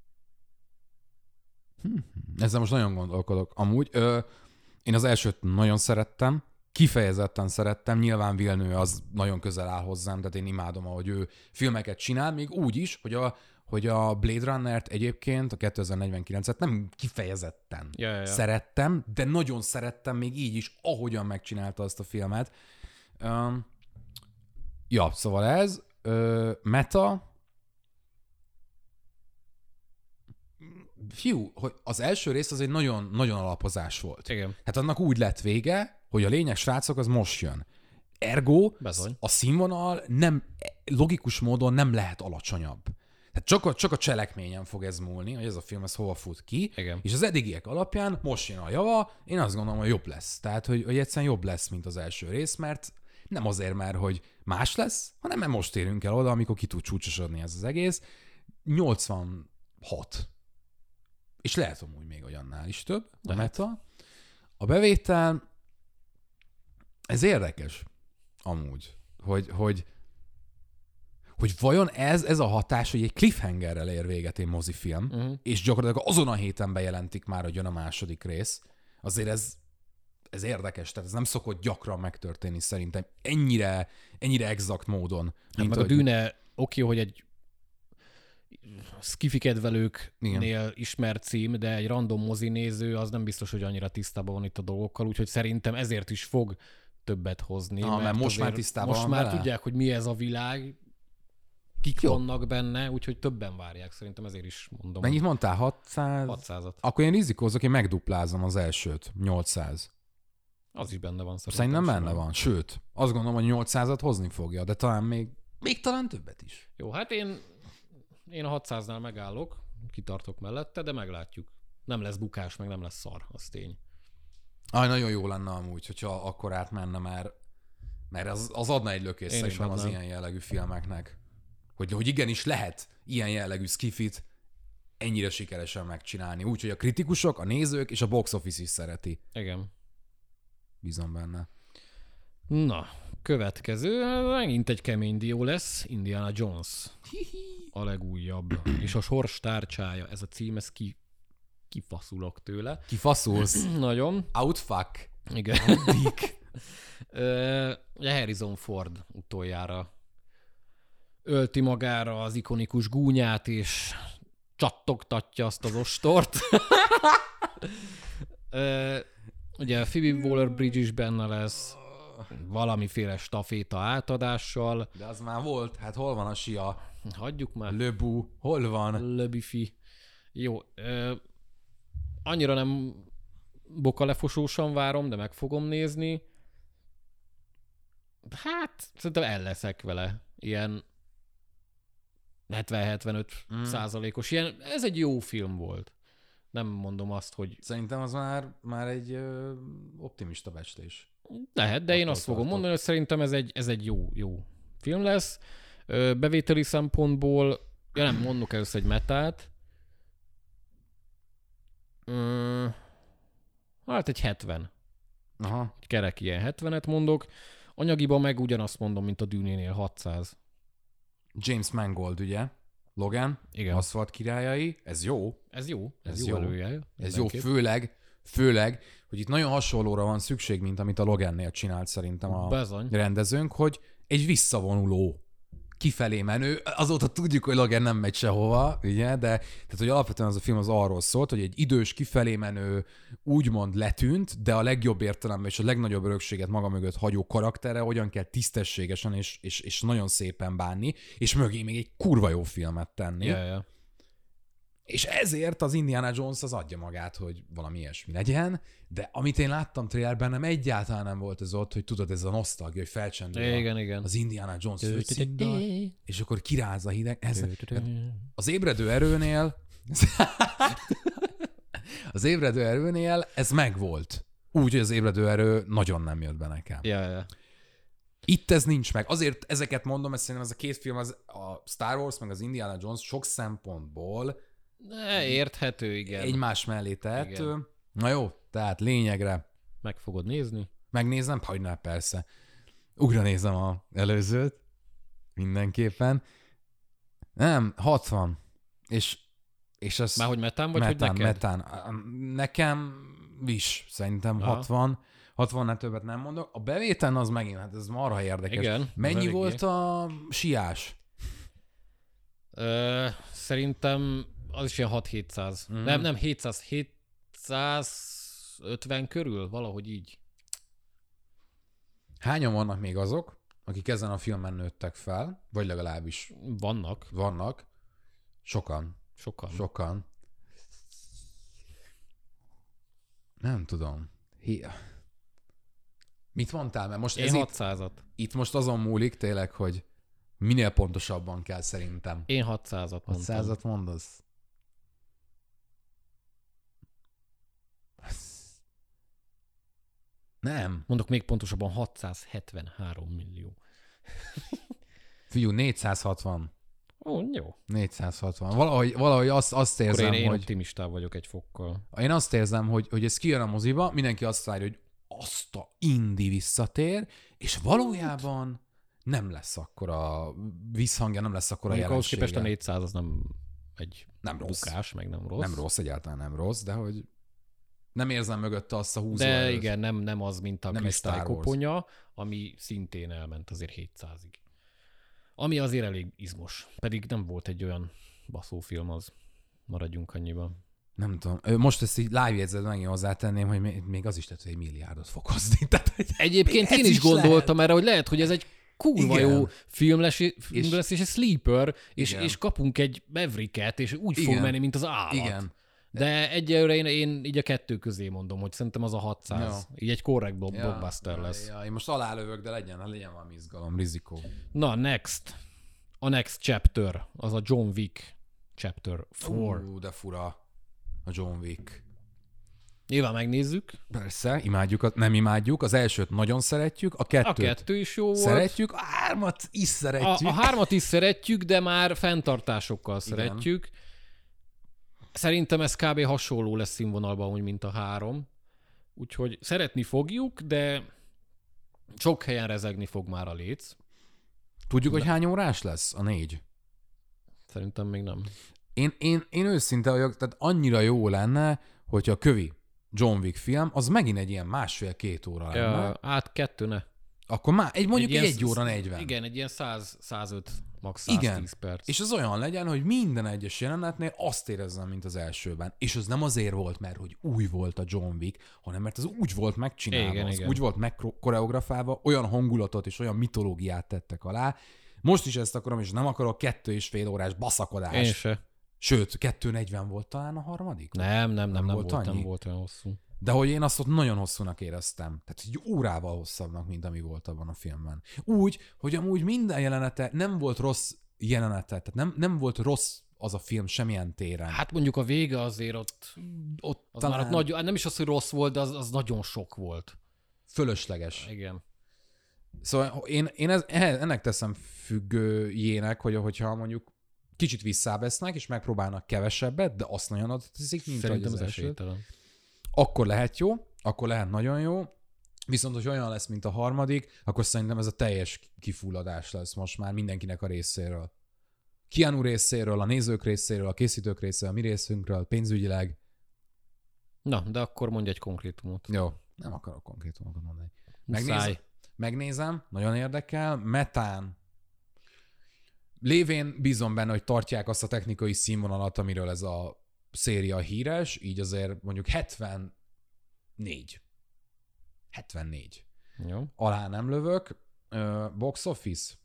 Hm. Ezzel most nagyon gondolkodok. Amúgy ö, én az elsőt nagyon szerettem, kifejezetten szerettem, nyilván Villeneuve az nagyon közel áll hozzám, tehát én imádom, ahogy ő filmeket csinál, még úgy is, hogy a, hogy a Blade Runnert egyébként, a kétezer-negyvenkilencet nem kifejezetten ja, ja, ja. szerettem, de nagyon szerettem még így is, ahogyan megcsinálta azt a filmet. Um, Ja, szóval ez. Ö, meta. Fiú, hogy az első rész az egy nagyon, nagyon alapozás volt. Igen. Hát annak úgy lett vége, hogy a lényeg, srácok, az most jön. Ergo Bezony. a színvonal nem, logikus módon nem lehet alacsonyabb. Tehát csak a, csak a cselekményen fog ez múlni, hogy ez a film ez hova fut ki, Igen. és az eddigiek alapján most jön a java, én azt gondolom, hogy jobb lesz. Tehát, hogy, hogy egyszerűen jobb lesz, mint az első rész, mert nem azért már, hogy más lesz, hanem mert most érünk el oda, amikor ki tud csúcsosodni ez az egész. nyolcvanhat. És lehet amúgy még olyannál is több, a Lehet. meta. A bevétel, ez érdekes amúgy, hogy, hogy, hogy vajon ez, ez a hatás, hogy egy cliffhangerrel ér véget egy mozifilm, Uh-huh. és gyakorlatilag azon a héten bejelentik már, hogy jön a második rész. Azért ez, ez érdekes, tehát ez nem szokott gyakran megtörténni szerintem ennyire, ennyire exakt módon. Hát Mint meg hogy, a Dűne, oké, hogy egy skifi kedvelőknél Igen. ismert cím, de egy random mozi néző az nem biztos, hogy annyira tisztában van itt a dolgokkal, úgyhogy szerintem ezért is fog többet hozni. Ah, mert most már azért tisztában Most van már vele? tudják, hogy mi ez a világ, kik Jó. vannak benne, úgyhogy többen várják, szerintem ezért is mondom. Mennyit mondtál? hatszáz? hatszázat. Akkor én rizikózok, én megduplázom az elsőt. nyolcszáz. Az is benne van szerintem. Szerintem benne simán. van. Sőt, azt gondolom, hogy nyolcszázat hozni fogja, de talán még, még talán többet is. Jó, hát én, én a hatszáznál megállok, kitartok mellette, de meglátjuk. Nem lesz bukás, meg nem lesz szar, az tény. Aj, nagyon jó lenne amúgy, hogyha akkor átmenne már, mert az, az adna egy lökést Én is szerintem az adnám. ilyen jellegű filmeknek. Hogy, hogy igenis lehet ilyen jellegű skifit ennyire sikeresen megcsinálni. Úgyhogy a kritikusok, a nézők és a box office is szereti. Igen. Bízom benne. Na, következő, megint egy kemény dió lesz, Indiana Jones. A legújabb. És a sors tárcsája, ez a cím, ez ki, kifaszulok tőle. Kifaszulsz. Nagyon. Outfuck. Igen. Dick. Ö, Harrison Ford utoljára ölti magára az ikonikus gúnyát, és csattogtatja azt az ostort. Ö, ugye Phoebe Waller-Bridge is benne lesz, valamiféle staféta átadással. De az már volt, hát hol van a sia? Hagyjuk már. Löbu, hol van? Löbifi. Jó. Ö, annyira nem bokalefosósan várom, de meg fogom nézni. Hát, szerintem el leszek vele. Ilyen hetven-hetvenöt Mm. százalékos. Ilyen, ez egy jó film volt. Nem mondom azt, hogy Szerintem az már, már egy ö, optimista becslés. lehet, de én Attól azt fogom tartok. mondani, hogy szerintem ez egy, ez egy jó, jó film lesz. Ö, bevételi szempontból, ja nem, mondok először egy metát. Ö, hát egy hetven. Aha. Egy kerek ilyen hetvenet mondok. Anyagiban meg ugyanazt mondom, mint a Dűnénél, hatszáz. James Mangold, ugye? Logan, Igen. Aszfalt királyai, ez jó. Ez jó. Ez, Ez ez jó. jó előjel. Ez jó, főleg, főleg, hogy itt nagyon hasonlóra van szükség, mint amit a Logannél csinált szerintem a Bezony. rendezőnk, hogy egy visszavonuló, kifelé menő, azóta tudjuk, hogy Logan nem megy sehova, ugye, de tehát, hogy alapvetően az a film az arról szólt, hogy egy idős, kifelé menő, úgymond letűnt, de a legjobb értelemben és a legnagyobb örökséget maga mögött hagyó karaktere, hogyan kell tisztességesen és, és, és nagyon szépen bánni, és mögé még egy kurva jó filmet tenni. Ja, ja. És ezért az Indiana Jones az adja magát, hogy valami ilyesmi legyen, de amit én láttam trailerben, nem egyáltalán nem volt ez ott, hogy tudod, ez a nosztalgia, hogy felcsendül Igen, igen. az Indiana Jones főcímdal, és akkor kiráz a hideg. Ez, az ébredő erőnél az ébredő erőnél ez megvolt. Úgy, hogy az ébredő erő nagyon nem jött be nekem. Ja, ja. Itt ez nincs meg. Azért ezeket mondom, mert szerintem ez a két film, az, a Star Wars meg az Indiana Jones sok szempontból Ne, érthető, igen. egymás mellé tehető. Igen. Na jó, tehát lényegre Meg fogod nézni? megnézem, hagynál persze. Ugra nézem az előzőt, mindenképpen. Nem, hatvan. És, és az... Már hogy metán vagy, metán, hogy neked? metán. Nekem is, szerintem Aha. hatvan. hatvannál többet nem mondok. A bevétel az megint, hát ez marha érdekes. Igen, Mennyi eléggé. volt a siás? Ö, szerintem az is ilyen hat-hétszáz. Mhm. Nem, nem, hétszáz, hétszázötven körül, valahogy így. Hányan vannak még azok, akik ezen a filmen nőttek fel, vagy legalábbis Vannak. vannak, sokan. Sokan. Sokan. Nem tudom. Hi- Mit mondtál? Mert most Én ez itt, hatszázat. itt most azon múlik tényleg, hogy minél pontosabban kell szerintem. Én hatszázat mondtam. hatszázat mondasz? Nem. Mondok még pontosabban hatszázhetvenhárom millió. Figyú, négyszázhatvan. Ó, jó. négyszázhatvan. Valahogy, valahogy azt, azt Akkor érzem, én, én hogy... optimistább vagyok egy fokkal. Én azt érzem, hogy, hogy ez kijön a moziba, mindenki azt várja, hogy azt a Indi visszatér, és valójában nem lesz akkora visszhangja, nem lesz akkora Mondjuk ahhoz jelensége. képest a négyszáz az nem egy Nem rossz. bukás, meg nem rossz. Nem rossz, egyáltalán nem rossz, de hogy nem érzem mögötte azt a húzó De erőt. igen, nem, nem az, mint a Nem is Star Wars. kristálykoponya, ami szintén elment azért hétszázig. Ami azért elég izmos. Pedig nem volt egy olyan baszófilm az. Maradjunk annyiban. Nem tudom. Ö, Most ezt így live jegyzetben megint hozzátenném, hogy még- még az is tett, hogy egy milliárdot fog hozni. Tehát, hogy Egyébként ez én is, is gondoltam erre, hogy lehet, hogy ez egy kurva Igen. jó film lesz, film És- lesz és egy sleeper, és, Igen. és kapunk egy Mavericket, és úgy fog Igen. menni, mint az állat. igen. De egyelőre én, én így a kettő közé mondom, hogy szerintem az a hatszáz. Így egy korrekt blob- blockbuster lesz. Ja, én most alálövök, de legyen, legyen valami izgalom, rizikó. Na, next. A next chapter, az a John Wick chapter four. Ú, de fura a John Wick. Nyilván megnézzük. Persze, imádjuk, a- nem imádjuk. Az elsőt nagyon szeretjük, a kettőt A kettő is jó volt. szeretjük, a hármat is A, szeretjük. a hármat is szeretjük, de már fenntartásokkal Igen. szeretjük. Szerintem ez kb. Hasonló lesz színvonalban, úgy, mint a három. Úgyhogy szeretni fogjuk, de sok helyen rezegni fog már a léc. Tudjuk, hogy hány órás lesz a négy? Szerintem még nem. Én, én, én őszinte vagyok, tehát annyira jó lenne, hogyha a kövi John Wick film, az megint egy ilyen másfél-két óra lenne. Ja, át kettő ne. Akkor már egy, mondjuk egy, ilyen egy óra negyven. Igen, egy ilyen száz százöt, max. Igen. száztíz perc. És az olyan legyen, hogy minden egyes jelenetnél azt érezzem, mint az elsőben. És az nem azért volt, mert hogy új volt a John Wick, hanem mert az úgy volt megcsinálva, Igen, az igen. úgy volt megkoreografálva, olyan hangulatot és olyan mitológiát tettek alá. Most is ezt akarom, és nem akarok kettő és fél órás baszakodás. Én se. Sőt, kettő negyven volt talán a harmadik? Nem, nem, nem, nem, volt volt, annyi? nem volt olyan hosszú. De hogy én azt ott nagyon hosszúnak éreztem. Tehát egy órával hosszabbnak, mint ami volt abban a filmben. Úgy, hogy amúgy minden jelenete nem volt rossz jelenete, tehát nem, nem volt rossz az a film semmilyen téren. Hát mondjuk a vége azért ott, ott az talán már ott nagy, nem is az, hogy rossz volt, de az, az nagyon sok volt. fölösleges. Igen. Szóval én, én ez, ennek teszem függőjének, hogy hogyha mondjuk kicsit visszábesznek, és megpróbálnak kevesebbet, de azt nagyon adott teszik, mint Szerintem ahogy ez az első. esélytelen. Akkor lehet jó, akkor lehet nagyon jó, viszont hogy olyan lesz, mint a harmadik, akkor szerintem ez a teljes kifulladás lesz most már mindenkinek a részéről. Keanu részéről, a nézők részéről, a készítők részéről, a mi részünkről, pénzügyileg. Na, de akkor mondj egy konkrétumot. Jó, nem akarok konkrétumokat mondani. Muszáj. Megnézem, megnézem, nagyon érdekel. Metán. Lévén bízom benne, hogy tartják azt a technikai színvonalat, amiről ez a széria híres, így azért mondjuk hetvennégy. hetvennégy. Jó. Alá nem lövök. Ö, box office?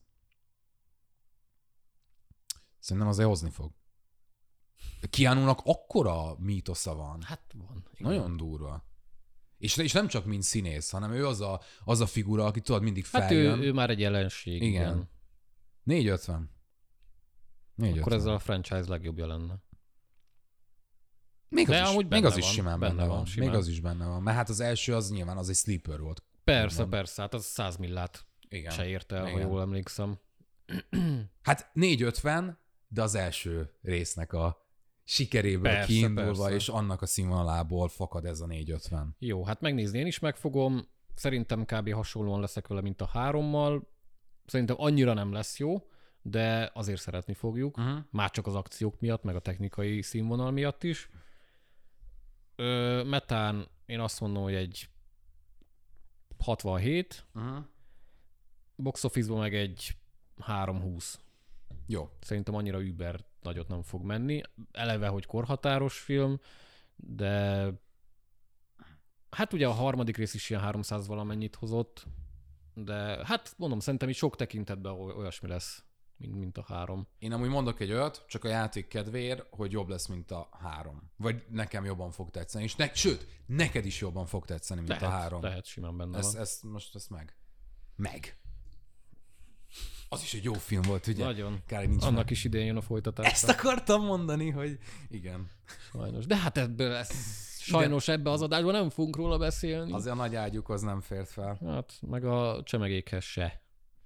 Szerintem azért hozni fog. Keanunak akkora mítosza van. Hát van. Igen. Nagyon durva. És, és nem csak mint színész, hanem ő az a, az a figura, aki tudod mindig Hát feljön. ő, ő már egy jelenség. Igen. Igen. négyszázötven. négyszázötven. Akkor ezzel a franchise legjobbja lenne. Még az, De is, amúgy még benne az is van, simán benne benne van. van, Még simán. az is benne van. Mert hát az első az nyilván az egy sleeper volt. Persze, Úgymond. persze. Hát az száz millát Igen. se érte el, ha Igen. jól emlékszem. Hát négyszázötven, de az első résznek a sikeréből Persze, kiindulva, persze. és annak a színvonalából fakad ez a négyszázötven. Jó, hát megnézni én is megfogom. Szerintem kb. Hasonlóan leszek vele, mint a hárommal. Szerintem annyira nem lesz jó, de azért szeretni fogjuk. Uh-huh. Már csak az akciók miatt, meg a technikai színvonal miatt is. Ö, Metán én azt mondom, hogy egy hatvanhét, Uh-huh. box office-ban meg egy háromhúsz. Jó. Szerintem annyira Uber nagyot nem fog menni. Eleve, hogy korhatáros film, de hát ugye a harmadik rész is ilyen háromszáz valamennyit hozott. de hát mondom, szerintem itt sok tekintetben olyasmi lesz, mint, mint a három. Én amúgy mondok egy olyat, csak a játék kedvéért, hogy jobb lesz, mint a három. Vagy nekem jobban fog tetszeni. És ne, sőt, neked is jobban fog tetszeni, mint lehet, a három. Lehet, simán benne ez, van. ez, most ezt meg. Meg. Az is egy jó film volt, ugye? Nagyon. Kár, nincs Annak meg. is idén jön a folytatás. Ezt akartam mondani, hogy igen. Sajnos. De hát ebből ez, sajnos ebbe az adásban nem fogunk róla beszélni. Azért a nagy ágyukhoz nem fért fel. Hát, meg a csemegékhez se.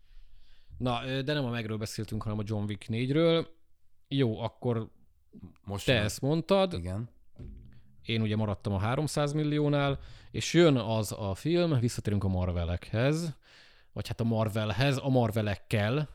Na, de nem a megről beszéltünk, hanem a John Wick négyről. Jó, akkor Most te jön. ezt mondtad. Igen. Én ugye maradtam a háromszáz milliónál, és jön az a film, visszatérünk a Marvelekhez, vagy hát a Marvelhez, a Marvelekkel,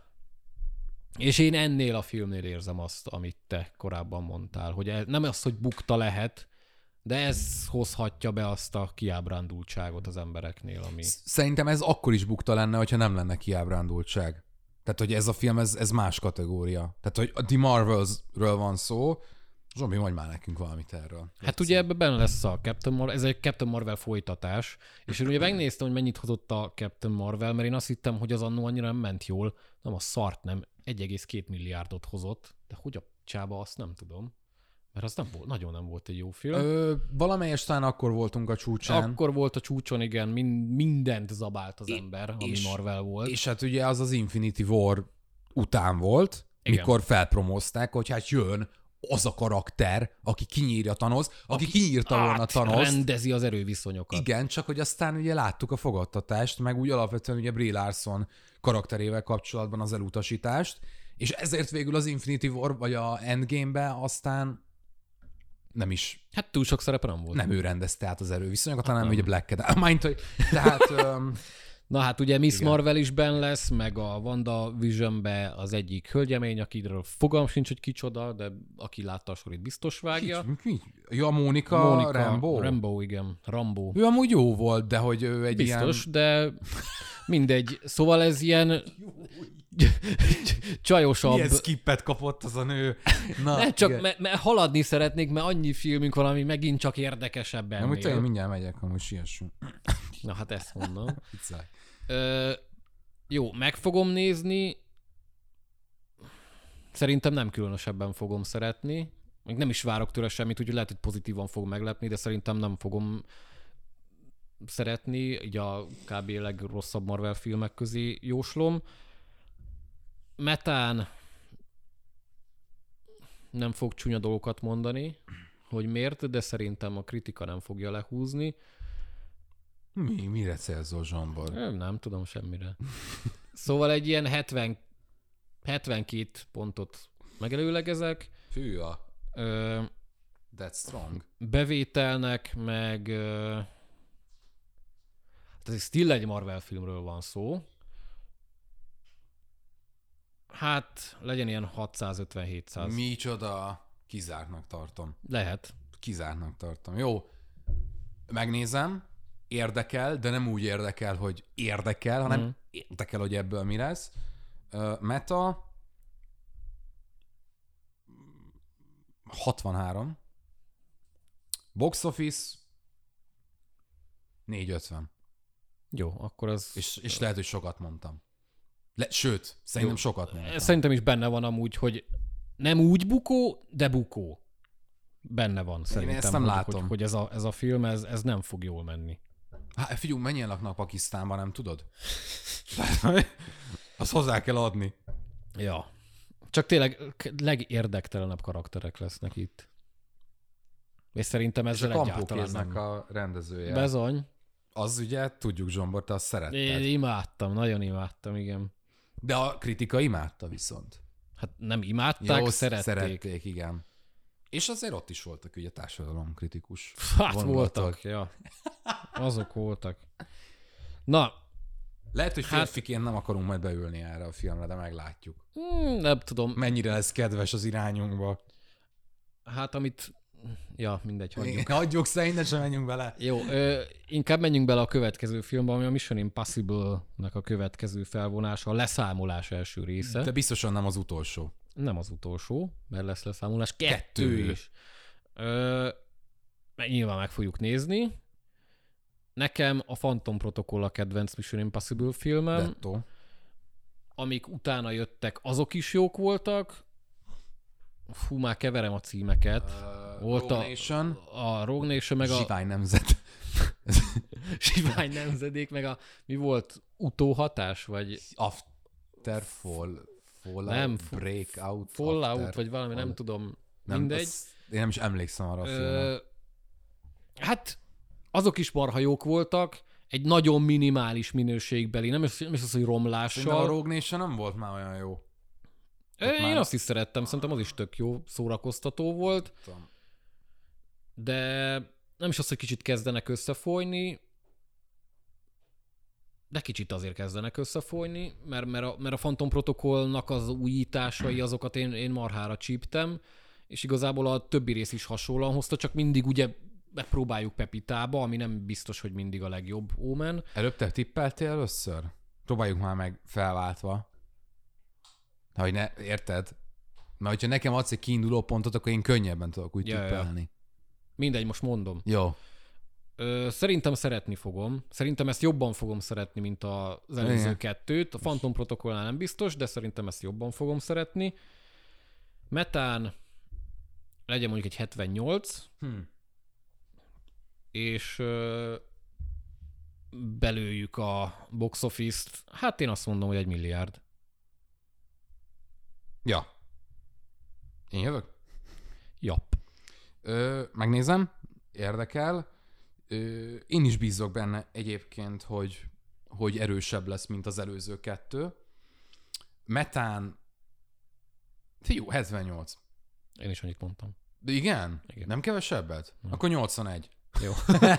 és én ennél a filmnél érzem azt, amit te korábban mondtál, hogy ez, nem az, hogy bukta lehet, de ez hozhatja be azt a kiábrándultságot az embereknél, ami... Szerintem ez akkor is bukta lenne, hogyha nem lenne kiábrándultság. Tehát, hogy ez a film, ez, ez más kategória. Tehát, hogy a The Marvels-ről van szó, Zsombi, mondj már nekünk valamit erről. Hát ugye ebben benne lesz a Captain Marvel, ez egy Captain Marvel folytatás, és én ugye megnéztem, hogy mennyit hozott a Captain Marvel, mert én azt hittem, hogy az annó annyira nem ment jól, nem a szart nem, egy egész két milliárdot hozott, de hogy a csába, azt nem tudom. Mert az nem volt, nagyon nem volt egy jó film. Ö, valamelyes talán akkor voltunk a csúcsán. Akkor volt a csúcson, igen, mind, mindent zabált az I- ember, ami és- Marvel volt. És hát ugye az az Infinity War után volt, Igen. mikor felpromózták, hogy hát jön az a karakter, aki kinyírja Thanos, aki, aki kinyírta volna Thanost. rendezi az erőviszonyokat. Igen, csak hogy aztán ugye láttuk a fogadtatást, meg úgy alapvetően ugye Brie Larson karakterével kapcsolatban az elutasítást, és ezért végül az Infinity War vagy a Endgame-be aztán nem is, Hát túl sok szerepe nem volt. nem ő rendezte át az erőviszonyokat, hanem ugye Black Cat. Mind, hogy tehát... öm, Na hát ugye Miss Igen. Marvel is benn lesz, meg a WandaVision-be az egyik hölgyemény, akiről fogalm sincs, hogy kicsoda, de aki látta a sorit biztos vágja. Ki, ki? Ja, a Mónika, Monica Rambo. Rambo, igen. Rambo. Ő amúgy jó volt, de hogy ő egy Biztos, ilyen... de mindegy. Szóval ez ilyen csajosabb. Milyen skippet kapott az a nő. Na, Ne, csak igen. mert me haladni szeretnék, mert annyi filmünk van, ami megint csak érdekesebb Nem, hogy én ennél. mindjárt megyek, amúgy siessünk. Na hát ezt mondom. Viccelj. Ö, jó, meg fogom nézni. Szerintem nem különösebben fogom szeretni. Még nem is várok tőle semmit, úgyhogy lehet, hogy pozitívan fog meglepni, de szerintem nem fogom szeretni. Így a kb. Legrosszabb Marvel filmek közé jóslom. Metán nem fog csúnya dolgokat mondani, hogy miért, de szerintem a kritika nem fogja lehúzni. Mi, mire célzol, Zsombor? Nem, nem tudom semmire. Szóval egy ilyen hetven, hetvenkét pontot megelőlegezek. Fű, a Ö, That's strong. bevételnek, meg... Ö, hát ez still egy Marvel filmről van szó. Hát legyen ilyen hatszázötven-hétszáz. Micsoda, kizártnak tartom. Lehet. Kizártnak tartom. Jó, megnézem, érdekel, de nem úgy érdekel, hogy érdekel, hanem Mhm. érdekel, hogy ebből mi lesz. Uh, meta hatvanhárom. Box office négyszázötven. Jó, akkor az... És, és lehet, hogy sokat mondtam. Le, sőt, szerintem Jó. sokat mondtam. Szerintem is benne van amúgy, hogy nem úgy bukó, de bukó. Benne van szerintem. ezt nem hogy, látom. Hogy, hogy ez, a, ez a film, ez, ez nem fog jól menni. Hát figyelj, mennyien laknak Pakisztánban, nem tudod? Azt hozzá kell adni. Ja. Csak tényleg legérdektelenebb karakterek lesznek itt. És szerintem És a ezzel egyáltalán Kampókéznek nem. a rendezője. Bezony. Az ugye, tudjuk Zsombor, te azt szeretted. Én imádtam, nagyon imádtam, igen. De a kritika imádta viszont. Hát nem imádták, Jó, szerették. szerették, igen. És azért ott is voltak ugye társadalomkritikus Hát vonulatok. voltak, ja. Azok voltak. Na, Lehet, hogy Hát- férfiként nem akarunk majd beülni erre a filmre, de meglátjuk. hmm, nem tudom. Mennyire lesz kedves az irányunkba. Hát amit... Ja, mindegy, hagyjuk. Hagyjuk, szerintem sem menjünk bele. Jó, ö, inkább menjünk bele a következő filmbe, ami a Mission Impossible-nek a következő felvonása, a leszámolás első része. De biztosan nem az utolsó. Nem az utolsó, mert lesz leszámolás. Kettő. Kettő is. Ö, meg nyilván meg fogjuk nézni. nekem a Phantom Protocol a kedvenc Mission Impossible filmem. Detto. Amik utána jöttek, azok is jók voltak. Fú, már keverem a címeket. Uh, Volt Rogue Nation. A, a Rogue Nation, meg a... Zsivány nemzet. Zsivány nemzedék, meg a... Mi volt? Utóhatás? Vagy... Afterfall. Fallout, nem, Breakout. Fallout, after, vagy valami, fall. nem tudom. Nem, mindegy. Az, én nem is emlékszem arra a filmre. Ö, hát azok is marha jók voltak, egy nagyon minimális minőségbeli, nem is, nem is az, hogy romlással. Szerintem a Rogue Nation nem volt már olyan jó. Én már... azt is szerettem, szerintem az is tök jó, szórakoztató volt. Tudom. De nem is az, hogy kicsit kezdenek összefolyni, de kicsit azért kezdenek összefolyni, mert, mert, a, mert a Phantom Protokolnak az újításai, azokat én, én marhára csíptem, és igazából a többi rész is hasonlóan hozta, csak mindig ugye megpróbáljuk Pepitába, ami nem biztos, hogy mindig a legjobb Omen. Előbb te tippeltél először? Próbáljuk már meg felváltva. Ha, hogy ne, érted? Mert hogyha nekem adsz egy kiinduló pontot, akkor én könnyebben tudok úgy ja, tippelni. Ja. Mindegy, most mondom. Jó. Ö, szerintem szeretni fogom. Szerintem ezt jobban fogom szeretni, mint az előző Igen. kettőt. A Phantom Protokolnál nem biztos, de szerintem ezt jobban fogom szeretni. Metán legyen mondjuk egy hetvennyolc, Hm. és ö, belőjük a box office-t. Hát én azt mondom, hogy egy milliárd. Ja. Én jövök? Japp. Ö, megnézem. Érdekel. Ö, én is bízok benne egyébként, hogy, hogy erősebb lesz, mint az előző kettő. Metán... Fiú, hetvennyolc. Én is annyit mondtam. De igen? Igen. Nem kevesebbet? Nem. Akkor nyolcvanegy. Jó.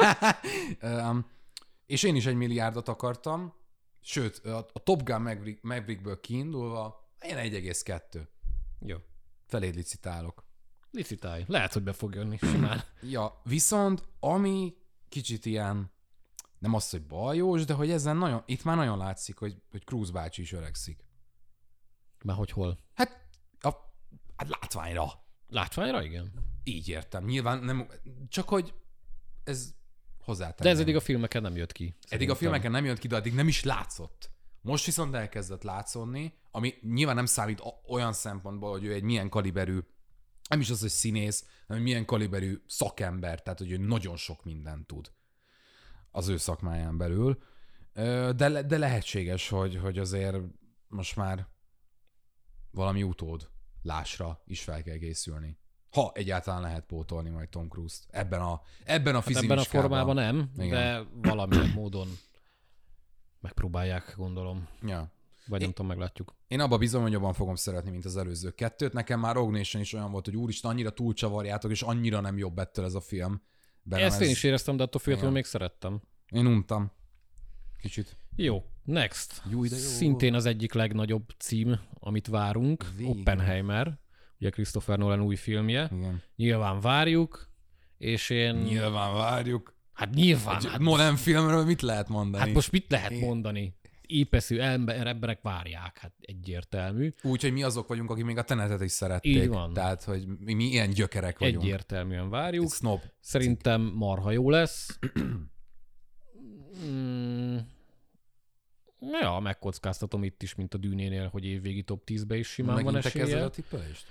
um, és én is egy milliárdot akartam, sőt, a, a Top Gun Maverick, Maverickből kiindulva, én egy egész kettő. Jó. Feléd licitálok. Licitálj. Lehet, hogy be fog jönni simán. Ja, viszont ami kicsit ilyen, nem az, hogy bajós, de hogy ezen nagyon, itt már nagyon látszik, hogy, hogy Cruise bácsi is öregszik. Már hogy hol? Hát, a, hát látványra. Látványra, igen. Így értem. Nyilván nem, csak hogy ez hozzátenném. De ez eddig a filmeken nem jött ki. Eddig szerintem. a filmeken nem jött ki, de addig nem is látszott. Most viszont elkezdett látszódni, ami nyilván nem számít olyan szempontból, hogy ő egy milyen kaliberű, nem is az, hogy színész, hanem milyen kaliberű szakember, tehát hogy ő nagyon sok mindent tud az ő szakmáján belül. De, de lehetséges, hogy, hogy azért most már valami utód lásra is fel kell készülni. Ha egyáltalán lehet pótolni majd Tom Cruise-t. Ebben a, ebben a hát ebben a formában nem, igen. de valamilyen módon megpróbálják, gondolom. Ja. Vagy Én, nem tudom, meglátjuk. Én abban bizony, hogy jobban fogom szeretni, mint az előző kettőt. Nekem már Rogue Nation is olyan volt, hogy úristen, annyira túlcsavarjátok, és annyira nem jobb ettől ez a film. Bennem Ezt ez... én is éreztem, de attól függetlenül még szerettem. Én untam. Kicsit. Jó, next. Jó, de jó. Szintén az egyik legnagyobb cím, amit várunk. Végül. Oppenheimer. Ugye Christopher Nolan új filmje. Igen. Nyilván várjuk, és én... Nyilván várjuk. Hát nyilván. Hát Nolan filmről mit lehet mondani? Hát most mit lehet én... mondani? Épeszű ember, emberek várják, hát egyértelmű. Úgyhogy mi azok vagyunk, akik még a Tenetet is szerették. Így van. Tehát, hogy mi, mi ilyen gyökerek vagyunk. Egyértelműen várjuk. Snob. Szerintem marha jó lesz. mm. Ja, megkockáztatom itt is, mint a Dűnénél, hogy évvégi top tízbe is simán Megint van te esélye. kezded a tippelést?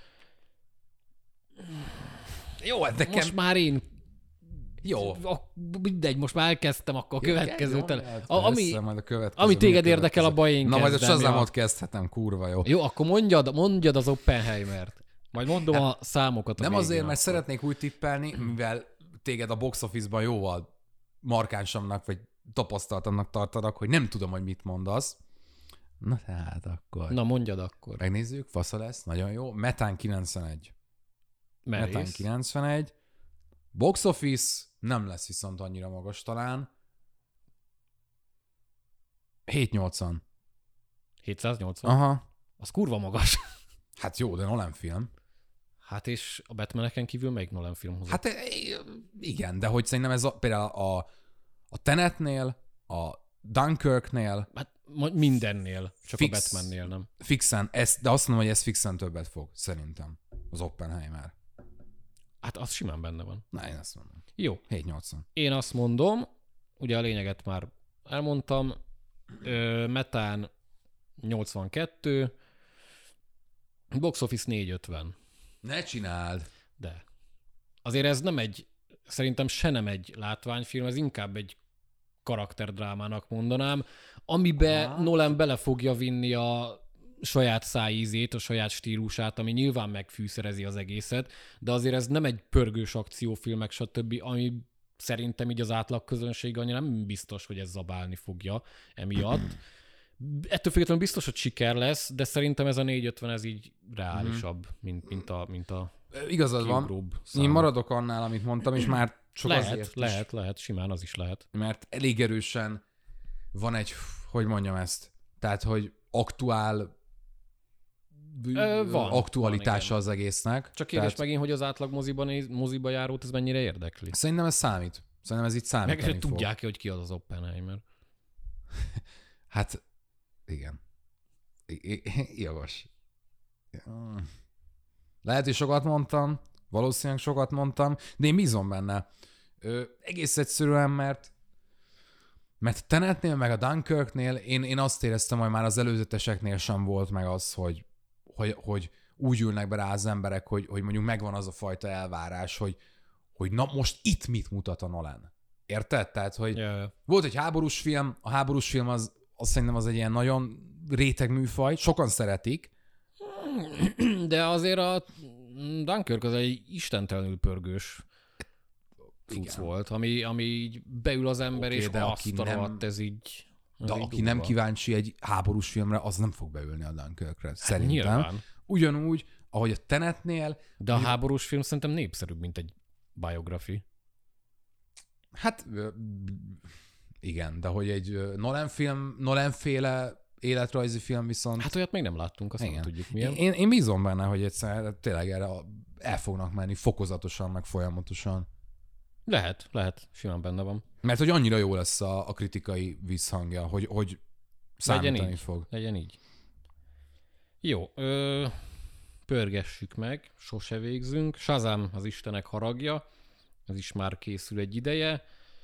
Jó, hát nekem... Most már én... Jó. A, mindegy, most már elkezdtem, akkor a következő... Tele... Hát A, ami, persze, majd a következő, ami téged következő. érdekel, abban én Na, kezdem. majd a Shazamot ja. kezdhetem, kurva jó. Jó, akkor mondjad, mondjad az Oppenheimert. Majd mondom hát, a számokat. A nem azért, mert akkor. szeretnék úgy tippelni, mivel téged a box office-ban jóval markánsabbnak, vagy tapasztaltanak tartanak, hogy nem tudom, hogy mit mondasz. Na tehát akkor. Na mondjad akkor. Megnézzük, fasza lesz, nagyon jó. Metán kilencvenegy. Merész. Metán kilencvenegy. Box office nem lesz viszont annyira magas talán. hétszáznyolcvan. hétszáznyolcvan? Aha. Az kurva magas. Hát jó, de Nolan film. Hát és a Batmaneken kívül melyik Nolan film hozott? Hát igen, de hogy szerintem ez a, például a, a Tenetnél, a Dunkirknél, hát mindennél, csak fix, a Batmannél nem. Fixen, ez, de azt mondom, hogy ez fixen többet fog, szerintem, az Oppenheimer. Hát az simán benne van. Na, én azt mondom. Jó. hétszáznyolcvan. Én azt mondom, ugye a lényeget már elmondtam, ö, Metán nyolcvankettő, Box Office négyszázötven. Ne csináld! De. Azért ez nem egy, szerintem se nem egy látványfilm, ez inkább egy karakterdrámának mondanám, amiben ah. Nolan bele fogja vinni a saját szájízét, a saját stílusát, ami nyilván megfűszerezi az egészet, de azért ez nem egy pörgős akciófilmek, stb., ami szerintem így az átlag közönség annyira nem biztos, hogy ez zabálni fogja emiatt. Ettől függetlenül biztos, hogy siker lesz, de szerintem ez a négyszázötven ez így reálisabb, mm. mint, mint a, mint a igazad van. Én maradok annál, amit mondtam, és már csak lehet, azért lehet, is, lehet, simán az is lehet. Mert elég erősen van egy, hogy mondjam ezt, tehát, hogy aktuál Ö, van, aktualitása van, az egésznek. Csak kérdés tehát... megint, hogy az átlag moziban, moziba járót ez mennyire érdekli. Szerintem ez számít. Szerintem ez itt számítani meg fog. Tudják-e, hogy ki az az Oppenheimer? Hát, igen. Jogos. Lehet, hogy sokat mondtam, valószínűleg sokat mondtam, de én bízom benne. Ö, egész egyszerűen, mert mert Tenetnél, meg a Dunkirknél én, én azt éreztem, hogy már az előzeteseknél sem volt meg az, hogy, hogy, hogy úgy ülnek be rá az emberek, hogy, hogy mondjuk megvan az a fajta elvárás, hogy, hogy na most itt mit mutat a Nolan. Érted? Tehát, hogy yeah. volt egy háborús film, a háborús film az, az szerintem az egy ilyen nagyon réteg műfaj, sokan szeretik. De azért a Dunkirk az egy istentelenül pörgős cucc volt, ami, ami így beül az ember, okay, és azt alatt ez így... De így aki durva. nem kíváncsi egy háborús filmre, az nem fog beülni a Dunkirkre. Szerintem. Nyilván. Ugyanúgy, ahogy a Tenetnél... De a háborús film szerintem népszerűbb, mint egy biografi. Hát igen, de hogy egy Nolan film, Nolan-féle életrajzi film viszont... Hát olyat még nem láttunk, azt igen. nem tudjuk milyen. Én, én bízom benne, hogy egyszer tényleg erre el fognak menni fokozatosan, meg folyamatosan. Lehet, lehet, simán benne van. Mert hogy annyira jó lesz a, a kritikai visszhangja, hogy, hogy számítani legyen így, fog. Legyen így. Jó, ö, pörgessük meg, sose végzünk. Shazam, az Istenek haragja, ez is már készül egy ideje.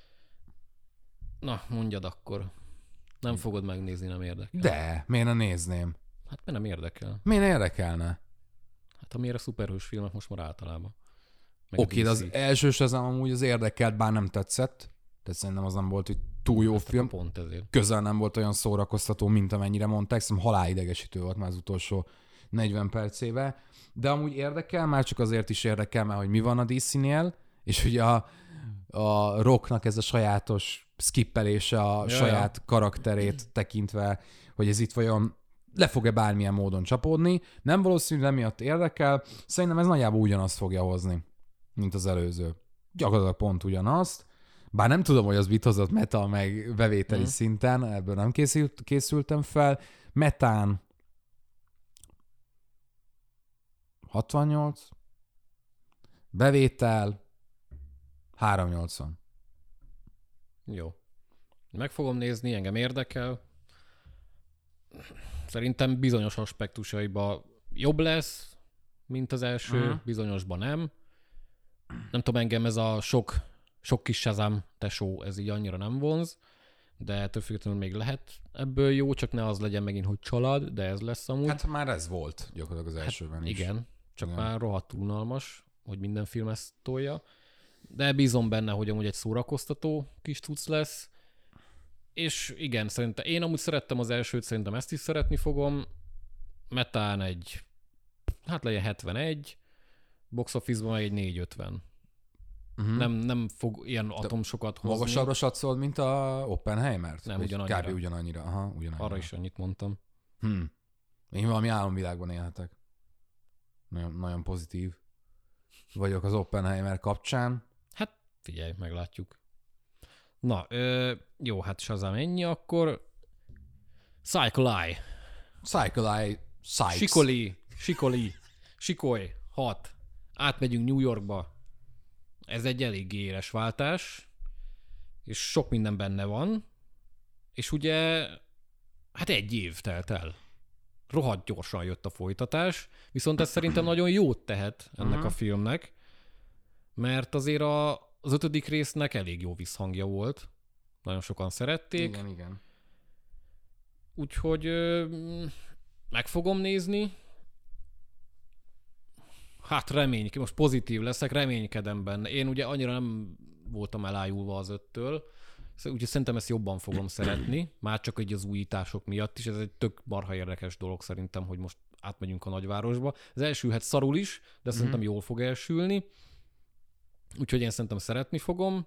Na, mondjad akkor. Nem fogod megnézni, nem érdekel. De, miért ne nézném? Hát mert nem érdekel. Miért ne érdekelne? Hát amiért a szuperhős filmek most már általában. Oké, okay, de az első Shazam amúgy az érdekelt, bár nem tetszett. Tehát szerintem az nem volt, hogy túl jó ezt film. Pont ezért. Közel nem volt olyan szórakoztató, mint amennyire mondták. Szerintem halálidegesítő volt már az utolsó negyven percébe. De amúgy érdekel, már csak azért is érdekel, mert hogy mi van a dé cé-nél, és ugye a, a Rocknak ez a sajátos skippelése, a ja, saját ja. karakterét tekintve, hogy ez itt vajon le fog-e bármilyen módon csapódni. Nem valószínű, de miatt érdekel. Szerintem ez nagyjából ugyanazt fogja hozni, mint az előző. Gyakorlatilag pont ugyanazt. Bár nem tudom, hogy az mit hozott meta meg bevételi mm. szinten, ebből nem készült, készültem fel. Metán hatvannyolc, bevétel háromszáznyolcvan. Jó. Meg fogom nézni, engem érdekel. Szerintem bizonyos aspektusaiban jobb lesz, mint az első, uh-huh. bizonyosban nem. Nem tudom, engem ez a sok, sok kis Shazam tesó, ez így annyira nem vonz, de ettől függetlenül még lehet ebből jó, csak ne az legyen megint, hogy család, de ez lesz amúgy. Hát már ez volt gyakorlatilag az elsőben hát is. Igen, csak igen. már rohadtul unalmas, hogy minden film ezt tolja. De bízom benne, hogy amúgy egy szórakoztató kis cucc lesz. És igen, szerintem én amúgy szerettem az elsőt, szerintem ezt is szeretni fogom. Metán egy, hát legyen hetvenegy, box office-ban meg egy négyszázötven. Uh-huh. Nem, nem fog ilyen atomsokat hozni. Magasabbra satszol, mint a Oppenheimert? Nem, ugyanannyira. Kb. ugyanannyira. Aha, ugyanannyira. Arra is annyit mondtam. Hmm. Én valami álomvilágban élhetek. Nagyon, nagyon pozitív vagyok az Oppenheimer kapcsán. Hát figyelj, meglátjuk. Na, ö, jó, hát Shazam ennyi akkor. Cycle Eye. Cycle Eye. Sykes. Sikoli. Sikoli. Sikoly. hat. Átmegyünk New Yorkba. Ez egy elég éles váltás, és sok minden benne van, és ugye, hát egy év telt el. Rohadt gyorsan jött a folytatás, viszont ez szerintem nagyon jót tehet ennek uh-huh. a filmnek, mert azért a, az ötödik résznek elég jó visszhangja volt, nagyon sokan szerették. Igen, igen. Úgyhogy ö, meg fogom nézni. Hát reménykedem, most pozitív leszek, reménykedem benne. Én ugye annyira nem voltam elájulva az öttől, úgyhogy szerintem ezt jobban fogom szeretni, már csak egy az újítások miatt is. Ez egy tök marha érdekes dolog szerintem, hogy most átmegyünk a nagyvárosba. Az elsülhet szarul is, de mm-hmm. szerintem jól fog elsülni. Úgyhogy én szerintem szeretni fogom.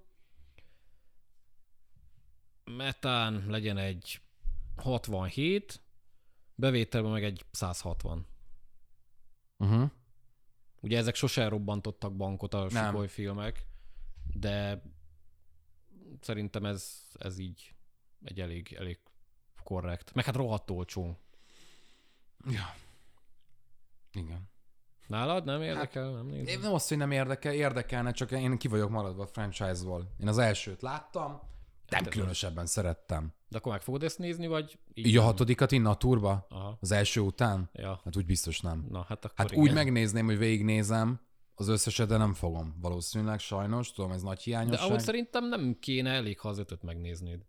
Metán legyen egy hatvanhét, bevételben meg egy száz hatvan. Uh-huh. Ugye ezek sose robbantottak bankot a Sukhoi filmek, de szerintem ez, ez így egy elég, elég korrekt. Meg hát rohadt olcsó. Ja. Igen. Nálad nem érdekel? Hát, nem nézem? Én nem azt, hogy nem érdekel, érdekelne, csak én ki vagyok maradva a franchise-ból. Én az elsőt láttam, nem hát különösebben az... szerettem. De akkor meg fogod ezt nézni, vagy... Így, így a hatodikat innen a turba? Aha. Az első után? Ja. Hát úgy biztos nem. Na, hát akkor hát igen. úgy megnézném, hogy végignézem, az összeset, de nem fogom. Valószínűleg sajnos, tudom, ez nagy hiányosság. De ahogy szerintem nem kéne elég, ha az ötöt megnéznéd.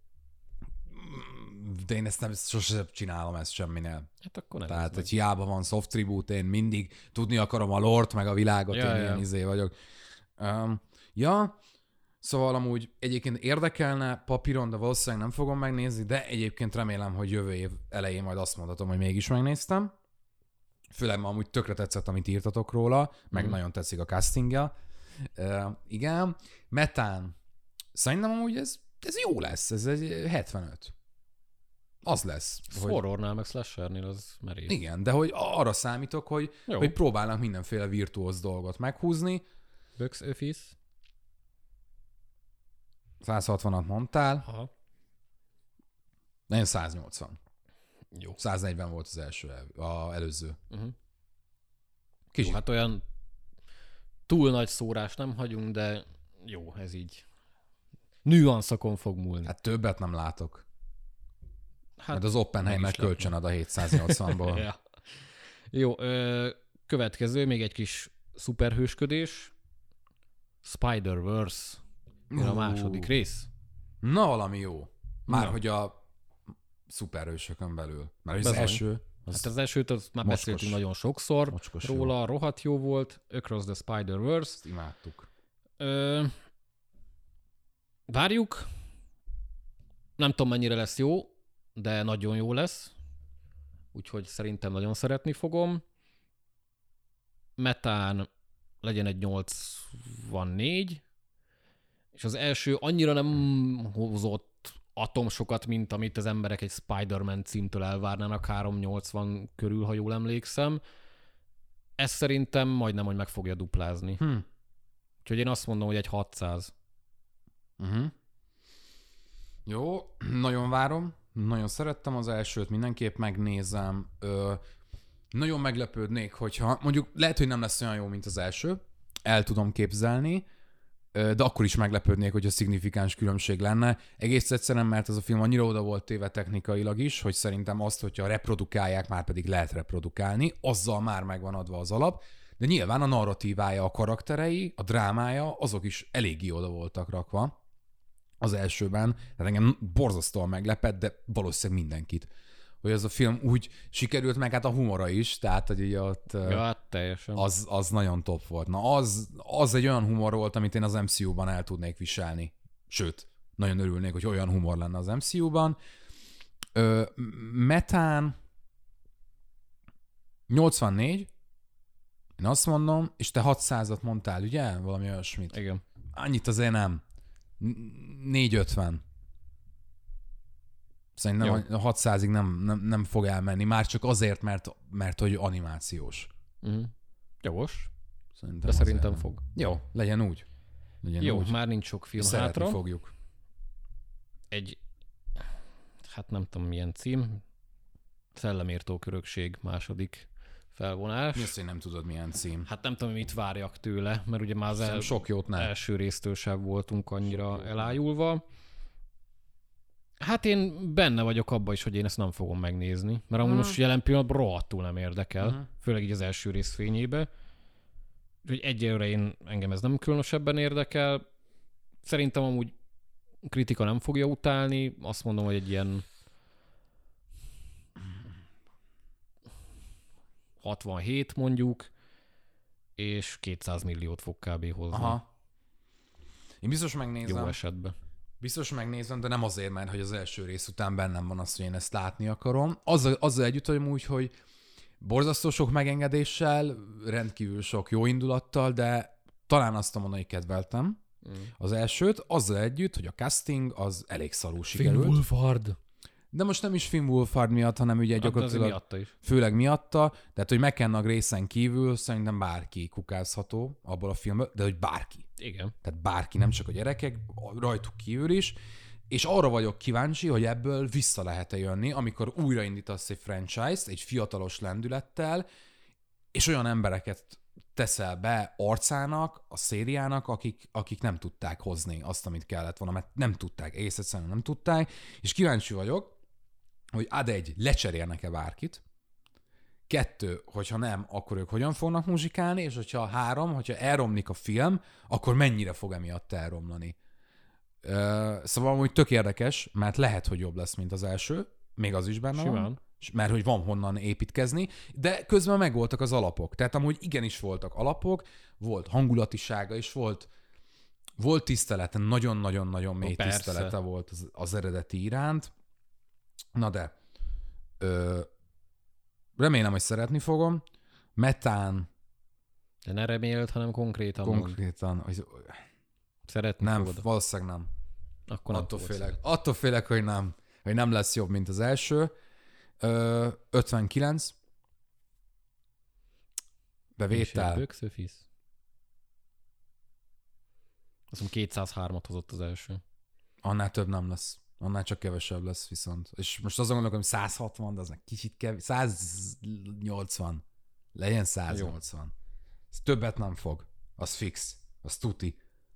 De én ezt nem sosem csinálom ezt semminél. Hát akkor nem. Tehát, hogy hiába van soft tribute, én mindig tudni akarom a lort, meg a világot, ja, én ja. ilyen izé vagyok. Um, ja, szóval amúgy egyébként érdekelne papíron, de valószínűleg nem fogom megnézni, de egyébként remélem, hogy jövő év elején majd azt mondhatom, hogy mégis megnéztem. Főleg ma amúgy tökre tetszett, amit írtatok róla, meg mm. nagyon tetszik a castingja. Uh, igen. Metán. Szerintem amúgy ez, ez jó lesz, ez egy hetvenöt. Az lesz. Hogy... Horrornál, meg slashernél az merész. Igen, de hogy arra számítok, hogy, hogy próbálnak mindenféle virtuóz dolgot meghúzni. Box Office. száz hatvanat mondtál. Aha. De én száz nyolcvan. Jó. száz negyven volt az első, az előző. Uh-huh. Jó, hát olyan túl nagy szórás nem hagyunk, de jó, ez így nüanszakon fog múlni. Hát többet nem látok. Hát mert az Oppenheimer kölcsön ad a hétszáznyolcvanból. Ja. Jó, ö, következő, még egy kis szuperhősködés. Spider-Verse. Uh. A második rész. Na, valami jó. Már Na. hogy a szuperhősökön belül. Mert az Bezony. első... Az hát az elsőt az már mocskos. beszéltünk nagyon sokszor. Mocskos róla, jó. rohadt jó volt. Across the Spider-Verse. Ezt imádtuk. Ö, várjuk. Nem tudom, mennyire lesz jó, de nagyon jó lesz. Úgyhogy szerintem nagyon szeretni fogom. Metán legyen egy nyolcvannégy, és az első annyira nem hozott atomsokat, mint amit az emberek egy Spider-Man címtől elvárnának, háromszáznyolcvan körül, ha jól emlékszem. Ez szerintem majdnem, hogy meg fogja duplázni. Hm. Úgyhogy én azt mondom, hogy egy hatszáz. Uh-huh. Jó, nagyon várom. Nagyon szerettem az elsőt, mindenképp megnézem. Ö, nagyon meglepődnék, hogyha mondjuk lehet, hogy nem lesz olyan jó, mint az első. El tudom képzelni, ö, de akkor is meglepődnék, hogy a szignifikáns különbség lenne. Egész egyszerűen, mert ez a film annyira oda volt téve technikailag is, hogy szerintem azt, hogyha reprodukálják, már pedig lehet reprodukálni, azzal már megvan adva az alap, de nyilván a narratívája, a karakterei, a drámája, azok is eléggé oda voltak rakva az elsőben. Tehát engem borzasztóan meglepett, de valószínűleg mindenkit. Hogy ez a film úgy sikerült, meg hát a humora is, tehát hogy ugye ott ja, hát teljesen. Az, az nagyon top volt. Na az, az egy olyan humor volt, amit én az em cé u-ban el tudnék viselni. Sőt, nagyon örülnék, hogy olyan humor lenne az em cé u-ban. Ö, Metán nyolcvannégy, én azt mondom, és te hatszázat mondtál, ugye? Valami olyasmit. Igen. Annyit azért nem. négyszázötven. Szerintem a hatszázig nem, nem, nem fog elmenni. Már csak azért, mert, mert hogy animációs. Uh-huh. Jogos. Szerintem de szerintem nem. fog. Jó, legyen úgy. Legyen Jó, úgy. már nincs sok film Szeretni hátra. fogjuk. Egy, hát nem tudom milyen cím, Szellemírtó Körökség második felvonás. Mi azt, hogy nem tudod milyen cím? Hát nem tudom, mit várjak tőle, mert ugye már az el, sok jót nem. első résztől sem voltunk annyira elájulva. Hát én benne vagyok abban is, hogy én ezt nem fogom megnézni, mert amúgy hmm. most jelen pillanatban rohadtul nem érdekel, hmm. főleg így az első rész fényébe. Úgyhogy egyelőre én, engem ez nem különösebben érdekel. Szerintem amúgy kritika nem fogja utálni, azt mondom, hogy egy ilyen hatvanhét mondjuk, és kétszáz milliót fog kb. Hozni. Aha. Én biztos megnézem. Jó esetben. Biztos megnézem, de nem azért, mert hogy az első rész után bennem van az, hogy én ezt látni akarom. Azzal, azzal együtt, hogy úgy, hogy borzasztó sok megengedéssel, rendkívül sok jó indulattal, de talán azt a mondani, hogy kedveltem mm. az elsőt, azzal együtt, hogy a casting az elég szarul sikerült. Finn Wolfhard. De most nem is Finn Wolfhard miatt, hanem ugye gyakorlatilag miatta is. Főleg miatta, tehát hogy McKenna részen kívül szerintem bárki kukázható abból a filmből, de hogy bárki. Igen. Tehát bárki, nem csak a gyerekek, rajtuk kívül is, és arra vagyok kíváncsi, hogy ebből vissza lehet-e jönni, amikor újraindítasz egy franchise-t, egy fiatalos lendülettel, és olyan embereket teszel be arcának, a szériának, akik, akik nem tudták hozni azt, amit kellett volna, mert nem tudták, egész egyszerűen nem tudták, és kíváncsi vagyok, hogy ad egy, lecserélnek-e bárkit, kettő, hogyha nem, akkor ők hogyan fognak muzsikálni, és hogyha három, hogyha elromlik a film, akkor mennyire fog emiatt elromlani. Uh, szóval amúgy tök érdekes, mert lehet, hogy jobb lesz, mint az első, még az is benne Simán. van, mert hogy van honnan építkezni, de közben megvoltak az alapok. Tehát amúgy igenis voltak alapok, volt hangulatisága, és volt, volt tisztelete, nagyon-nagyon-nagyon mély Persze. tisztelete volt az, az eredeti iránt. Na de, ö, remélem, hogy szeretni fogom. Metán. De ne reméld, hanem konkrétan mond. Konkrétan. Hogy, Szeretni nem, fogod. valószínűleg nem. Akkor nem Attól fogod félek, szeretni. attól félek, hogy nem. Hogy nem lesz jobb, mint az első. Ö, ötvenkilenc. Bevétel. Box Office. Azt mondom, kétszázhármat hozott az első. Annál több nem lesz. Annál csak kevesebb lesz viszont. És most azon gondolom, hogy száz hatvan, de az meg kicsit kevés. száz nyolcvan. Legyen száz nyolcvan. Ez többet nem fog. Az fix. Az tuti.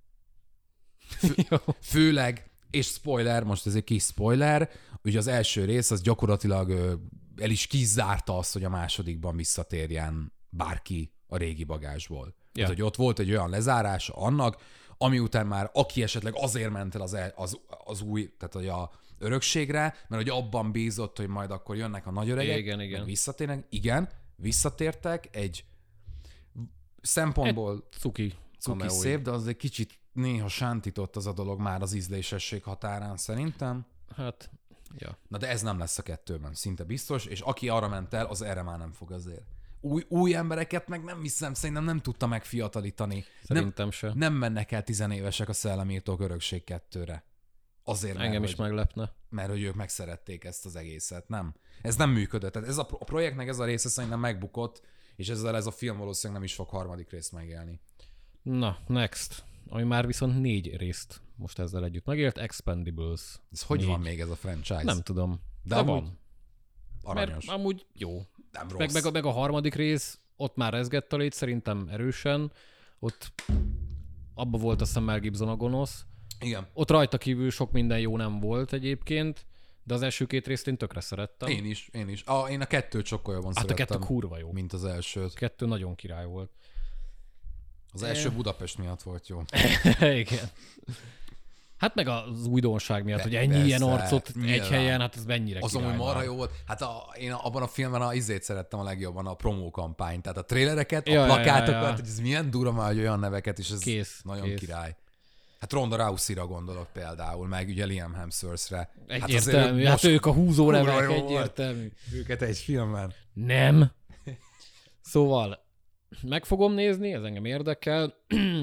Fő, főleg, és spoiler, most ez egy kis spoiler, ugye az első rész az gyakorlatilag ö, el is kizárta azt, hogy a másodikban visszatérjen bárki a régi bagázsból. Ja. Tehát, hogy ott volt egy olyan lezárása annak, ami után már aki esetleg azért ment el az, az, az új, tehát hogy a örökségre, mert hogy abban bízott, hogy majd akkor jönnek a nagyöregek, igen, igen. meg visszatérnek. Igen, visszatértek egy szempontból egy cuki, cuki szép, de az egy kicsit néha sántított az a dolog már az ízlésesség határán szerintem. Hát, ja. Na de ez nem lesz a kettőben, szinte biztos, és aki arra ment el, az erre már nem fog azért. Új, új embereket meg nem hiszem, szerintem nem tudta megfiatalítani. Szerintem nem, se. Nem mennek el tizenévesek a Szellemírtók örökség kettőre. Azért, Engem mert, is hogy, meglepne. Mert hogy ők megszerették ezt az egészet, nem? Ez nem működött. Tehát ez a, a projektnek ez a része szerintem megbukott, és ezzel ez a film valószínűleg nem is fog harmadik részt megélni. Na, next. Ami már viszont négy részt most ezzel együtt megélt, Expendables. Ez hogy négy. van még ez a franchise? Nem tudom. De, De, amúgy van. aranyos. Mert amúgy jó. Nem rossz. Meg, meg, a, meg a harmadik rész, ott már rezgett a légy, szerintem erősen. Ott abba volt azt hiszem Mel Gibson a gonosz. Igen. Ott rajta kívül sok minden jó nem volt egyébként, de az első két részt én tökre szerettem. Én is, én is. A, én a kettőt sokkal jobban Hát a szerettem, kettő kurva jó. mint az elsőt. A kettő nagyon király volt. Az első Budapest miatt volt jó. Igen. Hát meg az újdonság miatt, De, hogy ennyi persze, ilyen arcot nyilván. egy helyen, hát ez mennyire Az király amúgy marha már. jó volt. Hát a, én abban a filmben a izét szerettem a legjobban, a promókampányt. Tehát a trélereket, a Ja, ja, plakátokat, ja, ja. hogy ez milyen durva már, hogy olyan neveket, és ez Kész, nagyon kész. király. Hát Ronda Rousey-ra gondolok például, meg ugye Liam Hemsworth-re. Egyértelmű, hát, most hát ők a húzó kurva nevek, jó volt. egyértelmű. Őket egy filmben. Nem. Szóval, meg fogom nézni, ez engem érdekel.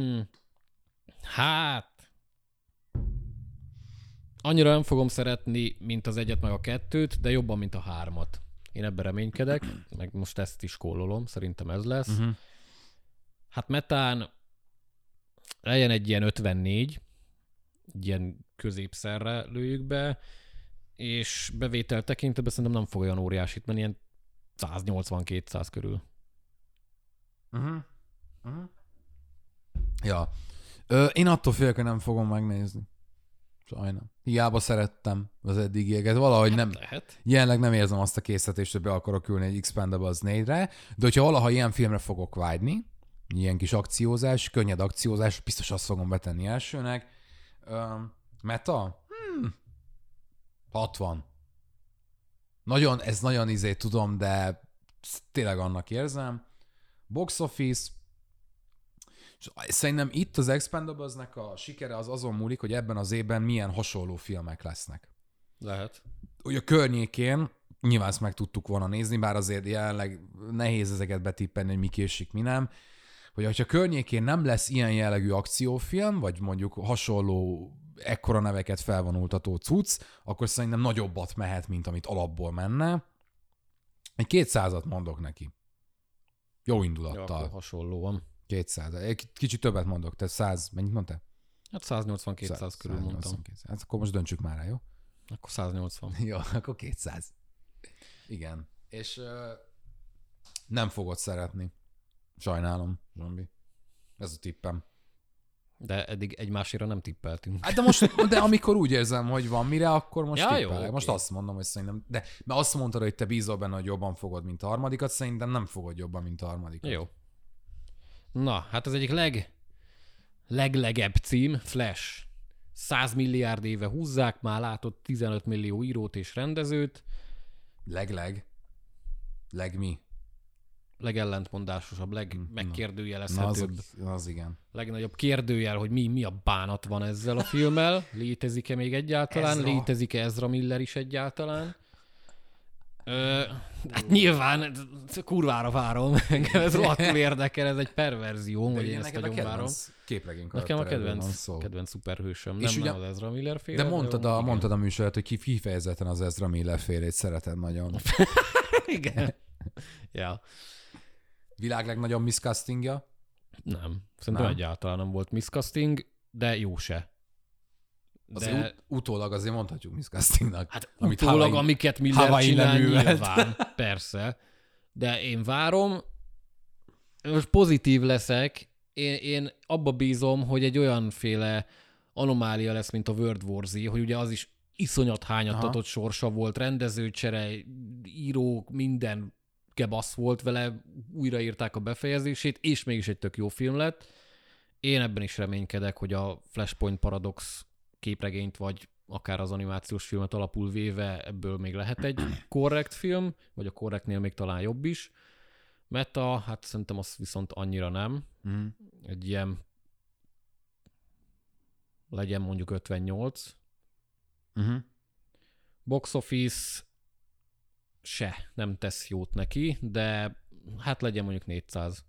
Hát, annyira nem fogom szeretni, mint az egyet meg a kettőt, de jobban, mint a hármat. Én ebben reménykedek, meg most ezt is kólolom, szerintem ez lesz. Uh-huh. Hát metán legyen egy ilyen ötvennégy, egy ilyen középszerre lőjük be, és bevétel tekintetben szerintem nem fog olyan óriásit menni, ilyen száznyolcvan-kétszáz körül. Uh-huh. Uh-huh. Ja. Ö, én attól félek, hogy nem fogom megnézni. Sajnálom. Hiába szerettem az eddigieket. Valahogy nem, Lehet. jelenleg nem érzem azt a készítést, hogy be akarok ülni egy Expendables négyre, de hogyha valaha ilyen filmre fogok vágyni, ilyen kis akciózás, könnyed akciózás, biztos azt fogom betenni elsőnek. Ö, Meta? Hmm. hatvan. Nagyon, ez nagyon izé tudom, de tényleg annak érzem. Box Office. És szerintem itt az Expendables-nek a sikere az azon múlik, hogy ebben az évben milyen hasonló filmek lesznek. Lehet. Ugye a környékén nyilván ezt meg tudtuk volna nézni, bár azért jelenleg nehéz ezeket betippelni, hogy mi késik, mi nem. Hogy ha környékén nem lesz ilyen jellegű akciófilm, vagy mondjuk hasonló ekkora neveket felvonultató cucc, akkor szerintem nagyobbat mehet, mint amit alapból menne. Egy kétszázat mondok neki. Jó indulattal. Ja, hasonlóan. kétszáz. Egy kicsit többet mondok, te száz, mennyit mondtál? Hát száznyolcvan-kétszáz körül mondtam. Hát akkor most döntsük már rá, jó? Akkor száznyolcvan. Jó, akkor kétszáz. Igen. És uh, nem fogod szeretni. Sajnálom, Zsombi. Ez a tippem. De eddig egymásra nem tippeltünk. Hát de most, de amikor úgy érzem, hogy van mire, akkor most Ja, tippelek. jó, okay. Most azt mondom, hogy szerintem, de mert azt mondtad, hogy te bízol benne, hogy jobban fogod, mint a harmadikat, szerintem nem fogod jobban, mint a harmadikat. Jó. Na, hát az egyik leg, leglegebb cím, Flash. száz milliárd éve húzzák, már látott tizenöt millió írót és rendezőt. Legleg? Leg mi? Legellentmondásosabb, legmegkérdőjelezhetőbb. Na, az, az igen. Legnagyobb kérdőjel, hogy mi, mi a bánat van ezzel a filmmel. Létezik-e még egyáltalán? Ezra. Létezik-e Ezra Miller is egyáltalán? Ö, hát nyilván kurvára várom. Engem ez rohadtul érdekel, ez egy perverzió, hogy én ezt nagyon várom. Képregény Nekem a kedvenc, kedvenc szuperhősöm. És Nem, ugye, nem az Ezra Miller féle. De mondtad, de a, igen. mondtad a műsorát, hogy kifejezetten az Ezra Miller félét szereted nagyon. Igen. Ja. Világ legnagyobb miscastingja? Nem. Szerintem Nem. egyáltalán nem volt miscasting, de jó se. De... Azért ut- utólag azért mondhatjuk miscastingnak. Hát amit utólag, Hawaii, amiket Miller Hawaii csinál, leművelt. nyilván, persze. De én várom, most pozitív leszek, én, én abba bízom, hogy egy olyanféle anomália lesz, mint a World War Z, hogy ugye az is iszonyat hányattatott sorsa volt, rendezőcsere, írók, minden gebasz volt vele, újraírták a befejezését, és mégis egy tök jó film lett. Én ebben is reménykedek, hogy a Flashpoint Paradox képregényt, vagy akár az animációs filmet alapul véve ebből még lehet egy korrekt film, vagy a korrektnél még talán jobb is. Meta, hát szerintem az viszont annyira nem. Mm. Egy ilyen legyen mondjuk ötvennyolc. Uh-huh. Box Office se nem tesz jót neki, de hát legyen mondjuk négyszáz.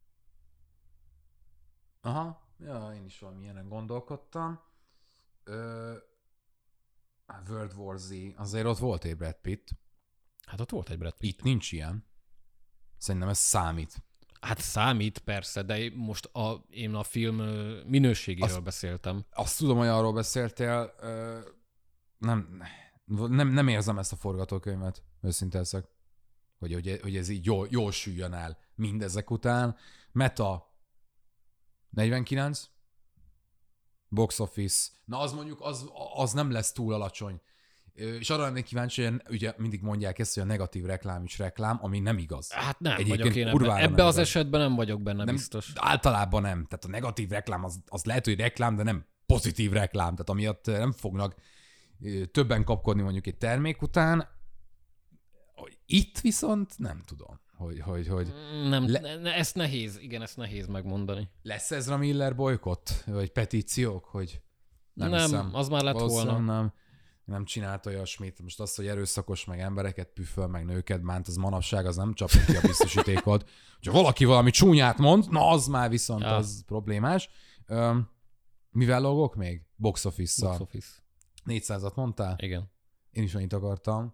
Aha, ja, én is valami ilyenen gondolkodtam. Ö, World War Z, azért ott volt egy Brad Pitt. Hát ott volt egy Brad Pitt. Itt nincs ilyen. Szerintem ez számít. Hát számít persze, de most a, én a film minőségéről Azt- beszéltem. Azt tudom, hogy arról beszéltél, ö, nem, nem, nem érzem ezt a forgatókönyvet, őszinte leszek, hogy, hogy, hogy ez így jól, jól süljön el mindezek után. Meta negyvenkilenc, Box Office, na az mondjuk, az, az nem lesz túl alacsony. Ö, És arra lennék kíváncsi, hogy ugye mindig mondják ezt, hogy a negatív reklám is reklám, ami nem igaz. Hát nem Egyébként vagyok én ebben. kurvára Ebbe nem az igaz. esetben nem vagyok benne Nem, biztos. Általában nem. Tehát a negatív reklám az, az lehet, hogy reklám, de nem pozitív reklám. Tehát amiatt nem fognak ö, többen kapkodni mondjuk egy termék után. Itt viszont nem tudom, hogy, hogy, hogy Nem, Le- ne, ne, ezt nehéz, igen, ezt nehéz megmondani. lesz Ezra Miller bolykott? Vagy petíciók? Hogy nem, Nem, hiszem. az már lett Valószínűleg volna. Nem, nem csinált olyasmit. Most az, hogy erőszakos, meg embereket püföl, meg nőket bánt, az manapság, az nem csapja ki a biztosítékot. Ha valaki valami csúnyát mond, na az már viszont Ja. az problémás. Öm, mivel logok még? Box Office-szal. Box Office. négyszázat mondtál? Igen. Én is annyit akartam.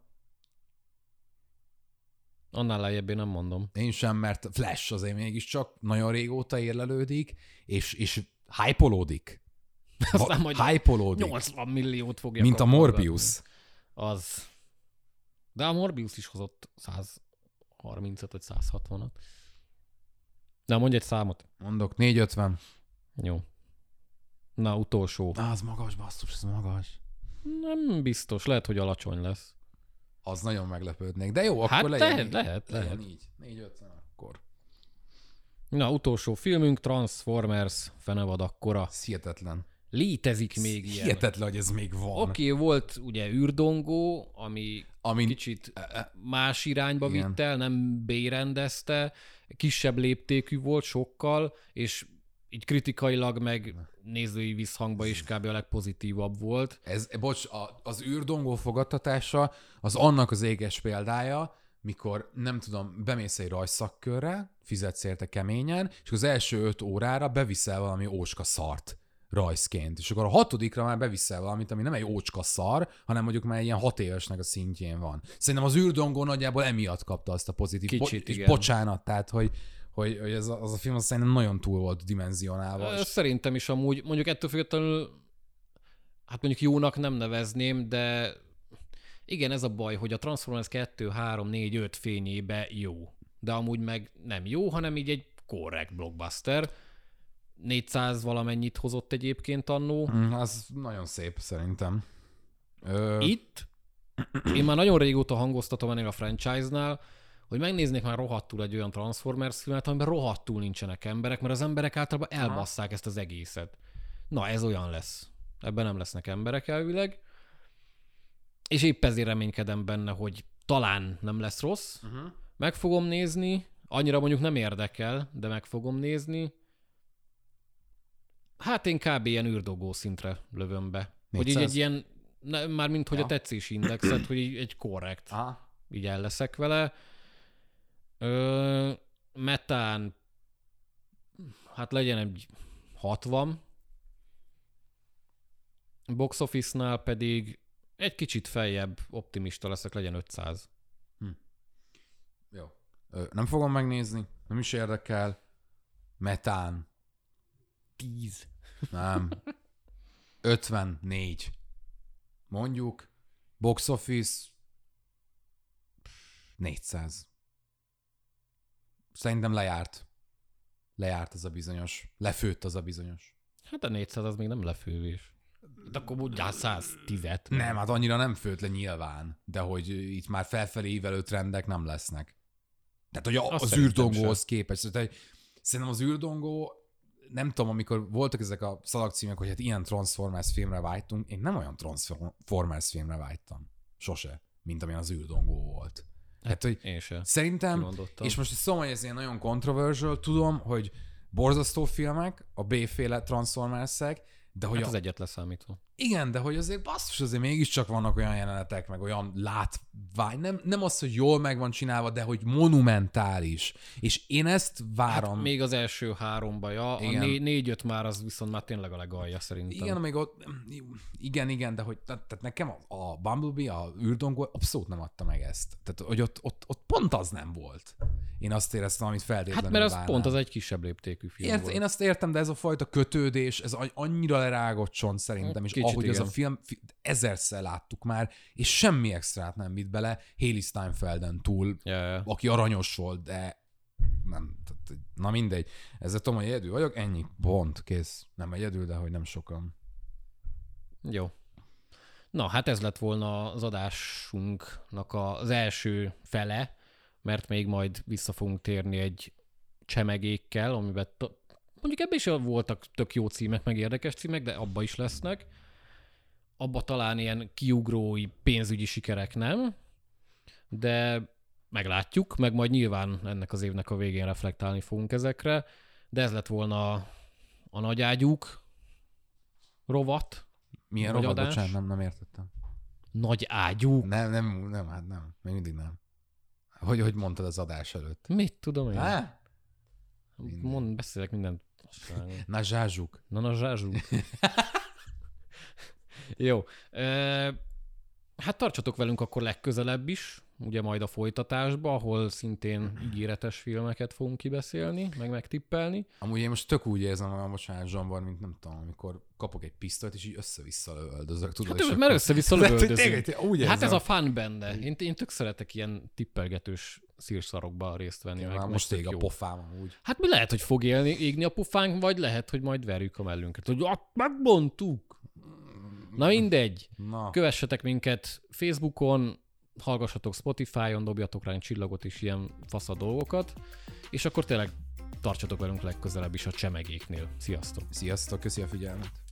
Annál lejjebb én nem mondom. Én sem, mert Flash azért mégiscsak nagyon régóta érlelődik, és, és hype-olódik. Aztán majd Hype-olódik. nyolcvan milliót fogja Mint a kapni. Morbius. Az. De a Morbius is hozott száz harmincat vagy száz hatvanat. Na, mondj egy számot. Mondok, négyszázötven. Jó. Na, utolsó. Na, az magas, basszus, ez magas. Nem biztos, lehet, hogy alacsony lesz. Az nagyon meglepődnék. De jó, akkor Hát legyen lehet, így. lehet, legyen lehet. így. négyszázötven akkor. Na, utolsó filmünk, Transformers, fenevad akkora. Ez hihetetlen. létezik még ilyen. Hihetetlen, hogy ez még van. Oké, okay, volt ugye űrdongó, ami Amin... kicsit más irányba Igen. vitt el, nem bérendezte, kisebb léptékű volt sokkal, és így kritikailag meg nézői visszhangban is kb. A legpozitívabb volt. Ez, bocs, a, az űrdongó fogadtatása az annak az éges példája, mikor, nem tudom, bemész egy rajzszakkörre, fizetsz érte keményen, és az első öt órára beviszel valami ócska szart rajzként. És akkor a hatodikra már beviszel valamit, ami nem egy ócska szar, hanem mondjuk már egy ilyen hat évesnek a szintjén van. Szerintem az űrdongó nagyjából emiatt kapta azt a pozitív. Kicsit, po- és igen. bocsánat, tehát, hogy hogy, hogy ez a, az a film az szerintem nagyon túl volt dimenzionálva. Szerintem is amúgy, mondjuk ettől függetlenül, hát mondjuk jónak nem nevezném, de igen, ez a baj, hogy a Transformers kettő, három, négy, öt fényébe jó. De amúgy meg nem jó, hanem így egy korrekt blockbuster. négyszáz valamennyit hozott egyébként annó. Mm, az nagyon szép szerintem. Ö... Itt én már nagyon régóta hangoztatom ennél a franchise-nál, hogy megnéznék már rohadtul egy olyan Transformers filmet, amiben rohadtul nincsenek emberek, mert az emberek általában elbasszák ezt az egészet. Na, ez olyan lesz. Ebben nem lesznek emberek elvileg. És épp ezért reménykedem benne, hogy talán nem lesz rossz. Uh-huh. Meg fogom nézni. Annyira mondjuk nem érdekel, de meg fogom nézni. Hát én kb. Ilyen űrdogó szintre lövöm be. négyszáz? Hogy így egy ilyen, mármint hogy ja. A tetszési indexet, hogy így egy korrekt. Aha. Így el leszek vele. Ö, metán, hát legyen egy hatvan. Box Office-nál pedig egy kicsit feljebb optimista leszek, legyen ötszáz. Hm. Jó. Ö, nem fogom megnézni, nem is érdekel. Metán. tíz. Nem. ötvennégy. Mondjuk. Box Office. négyszáz. Szerintem lejárt. Lejárt az a bizonyos. Lefőtt az a bizonyos. Hát a négyszáz az még nem lefővés. De akkor mondjál száztízet. Nem, hát annyira nem főtt le nyilván. De hogy itt már felfelé ívelő trendek nem lesznek. Tehát, hogy a, az űrdongóhoz képest. Tehát, szerintem az űrdongó, nem tudom, amikor voltak ezek a szalagcímek, hogy hát ilyen Transformers filmre vágytunk, én nem olyan Transformers filmre vágytam. Sose. Mint amilyen az űrdongó volt. Hát, hogy szerintem, kimondottam. És most szóval, hogy ez ilyen nagyon controversial, tudom, hogy borzasztó filmek, a B-féle Transformers-ek, de hogy hát a... az egyet leszámítva. Igen, de hogy azért basszus, azért mégiscsak vannak olyan jelenetek, meg olyan látvány, nem, nem az, hogy jól meg van csinálva, de hogy monumentális. És én ezt várom. Hát még az első háromba, ja. Igen. A né- négy-öt már az viszont már tényleg a legalja szerintem. Igen, még ott, igen, igen, de hogy tehát nekem a, a Bumblebee, a űrdongó abszolút nem adta meg ezt. Tehát, hogy ott, ott, ott pont az nem volt. Én azt éreztem, amit feltétlenül Hát mert az várnám. pont az egy kisebb léptékű film Ért, volt. Én azt értem, de ez a fajta kötődés, ez annyira lerágott csont szerintem, és kicsit ahogy igen. Az a film, ezerszer láttuk már, és semmi extrát nem vitt bele Hailee Steinfelden túl, ja, ja. aki aranyos volt, de nem, na mindegy. Ezzel tudom, hogy egyedül vagyok, ennyi, pont, kész. Nem egyedül, de hogy nem sokan. Jó. Na, hát ez lett volna az adásunknak az első fele, mert még majd vissza fogunk térni egy csemegékkel, amiben t- mondjuk ebben is voltak tök jó címek, meg érdekes címek, de abba is lesznek. Abba talán ilyen kiugrói pénzügyi sikerek nem, de meglátjuk, meg majd nyilván ennek az évnek a végén reflektálni fogunk ezekre, de ez lett volna a, a nagyágyúk rovat. Milyen rovat? Bocsánat, nem, nem értettem. Nagy ágyúk? Nem, nem, nem, hát nem, még mindig nem. Hogy, hogy mondtad az adás előtt? Mit tudom én? Há? Mond, beszélek mindent. Na zsázsuk. Na, na zsázsuk. Jó. E, hát tartsatok velünk akkor legközelebb is, ugye majd a folytatásba, ahol szintén ígéretes filmeket fogunk kibeszélni, meg megtippelni. Amúgy én most tök úgy érzem magam, bocsánat, Zsombar, mint nem tudom, amikor kapok egy pisztolyt, és így össze-vissza lövöldözök. Tudod, hát és mert akkor... össze-vissza lövöldözünk. Hát ez a fun benne. Én, én tök szeretek ilyen tippelgetős szírszarokba részt venni. Én már most ég a pofám amúgy. Hát mi lehet, hogy fog élni, égni a pofánk, vagy lehet, hogy majd verjük a mellünket. Hogy ah, megmondtuk. Na mindegy. Na. Kövessetek minket Facebookon, hallgassatok Spotify-on, dobjatok ránk csillagot és ilyen fasz a dolgokat, és akkor tényleg tartsatok velünk legközelebb is a csemegéknél. Sziasztok! Sziasztok, köszi a figyelmet!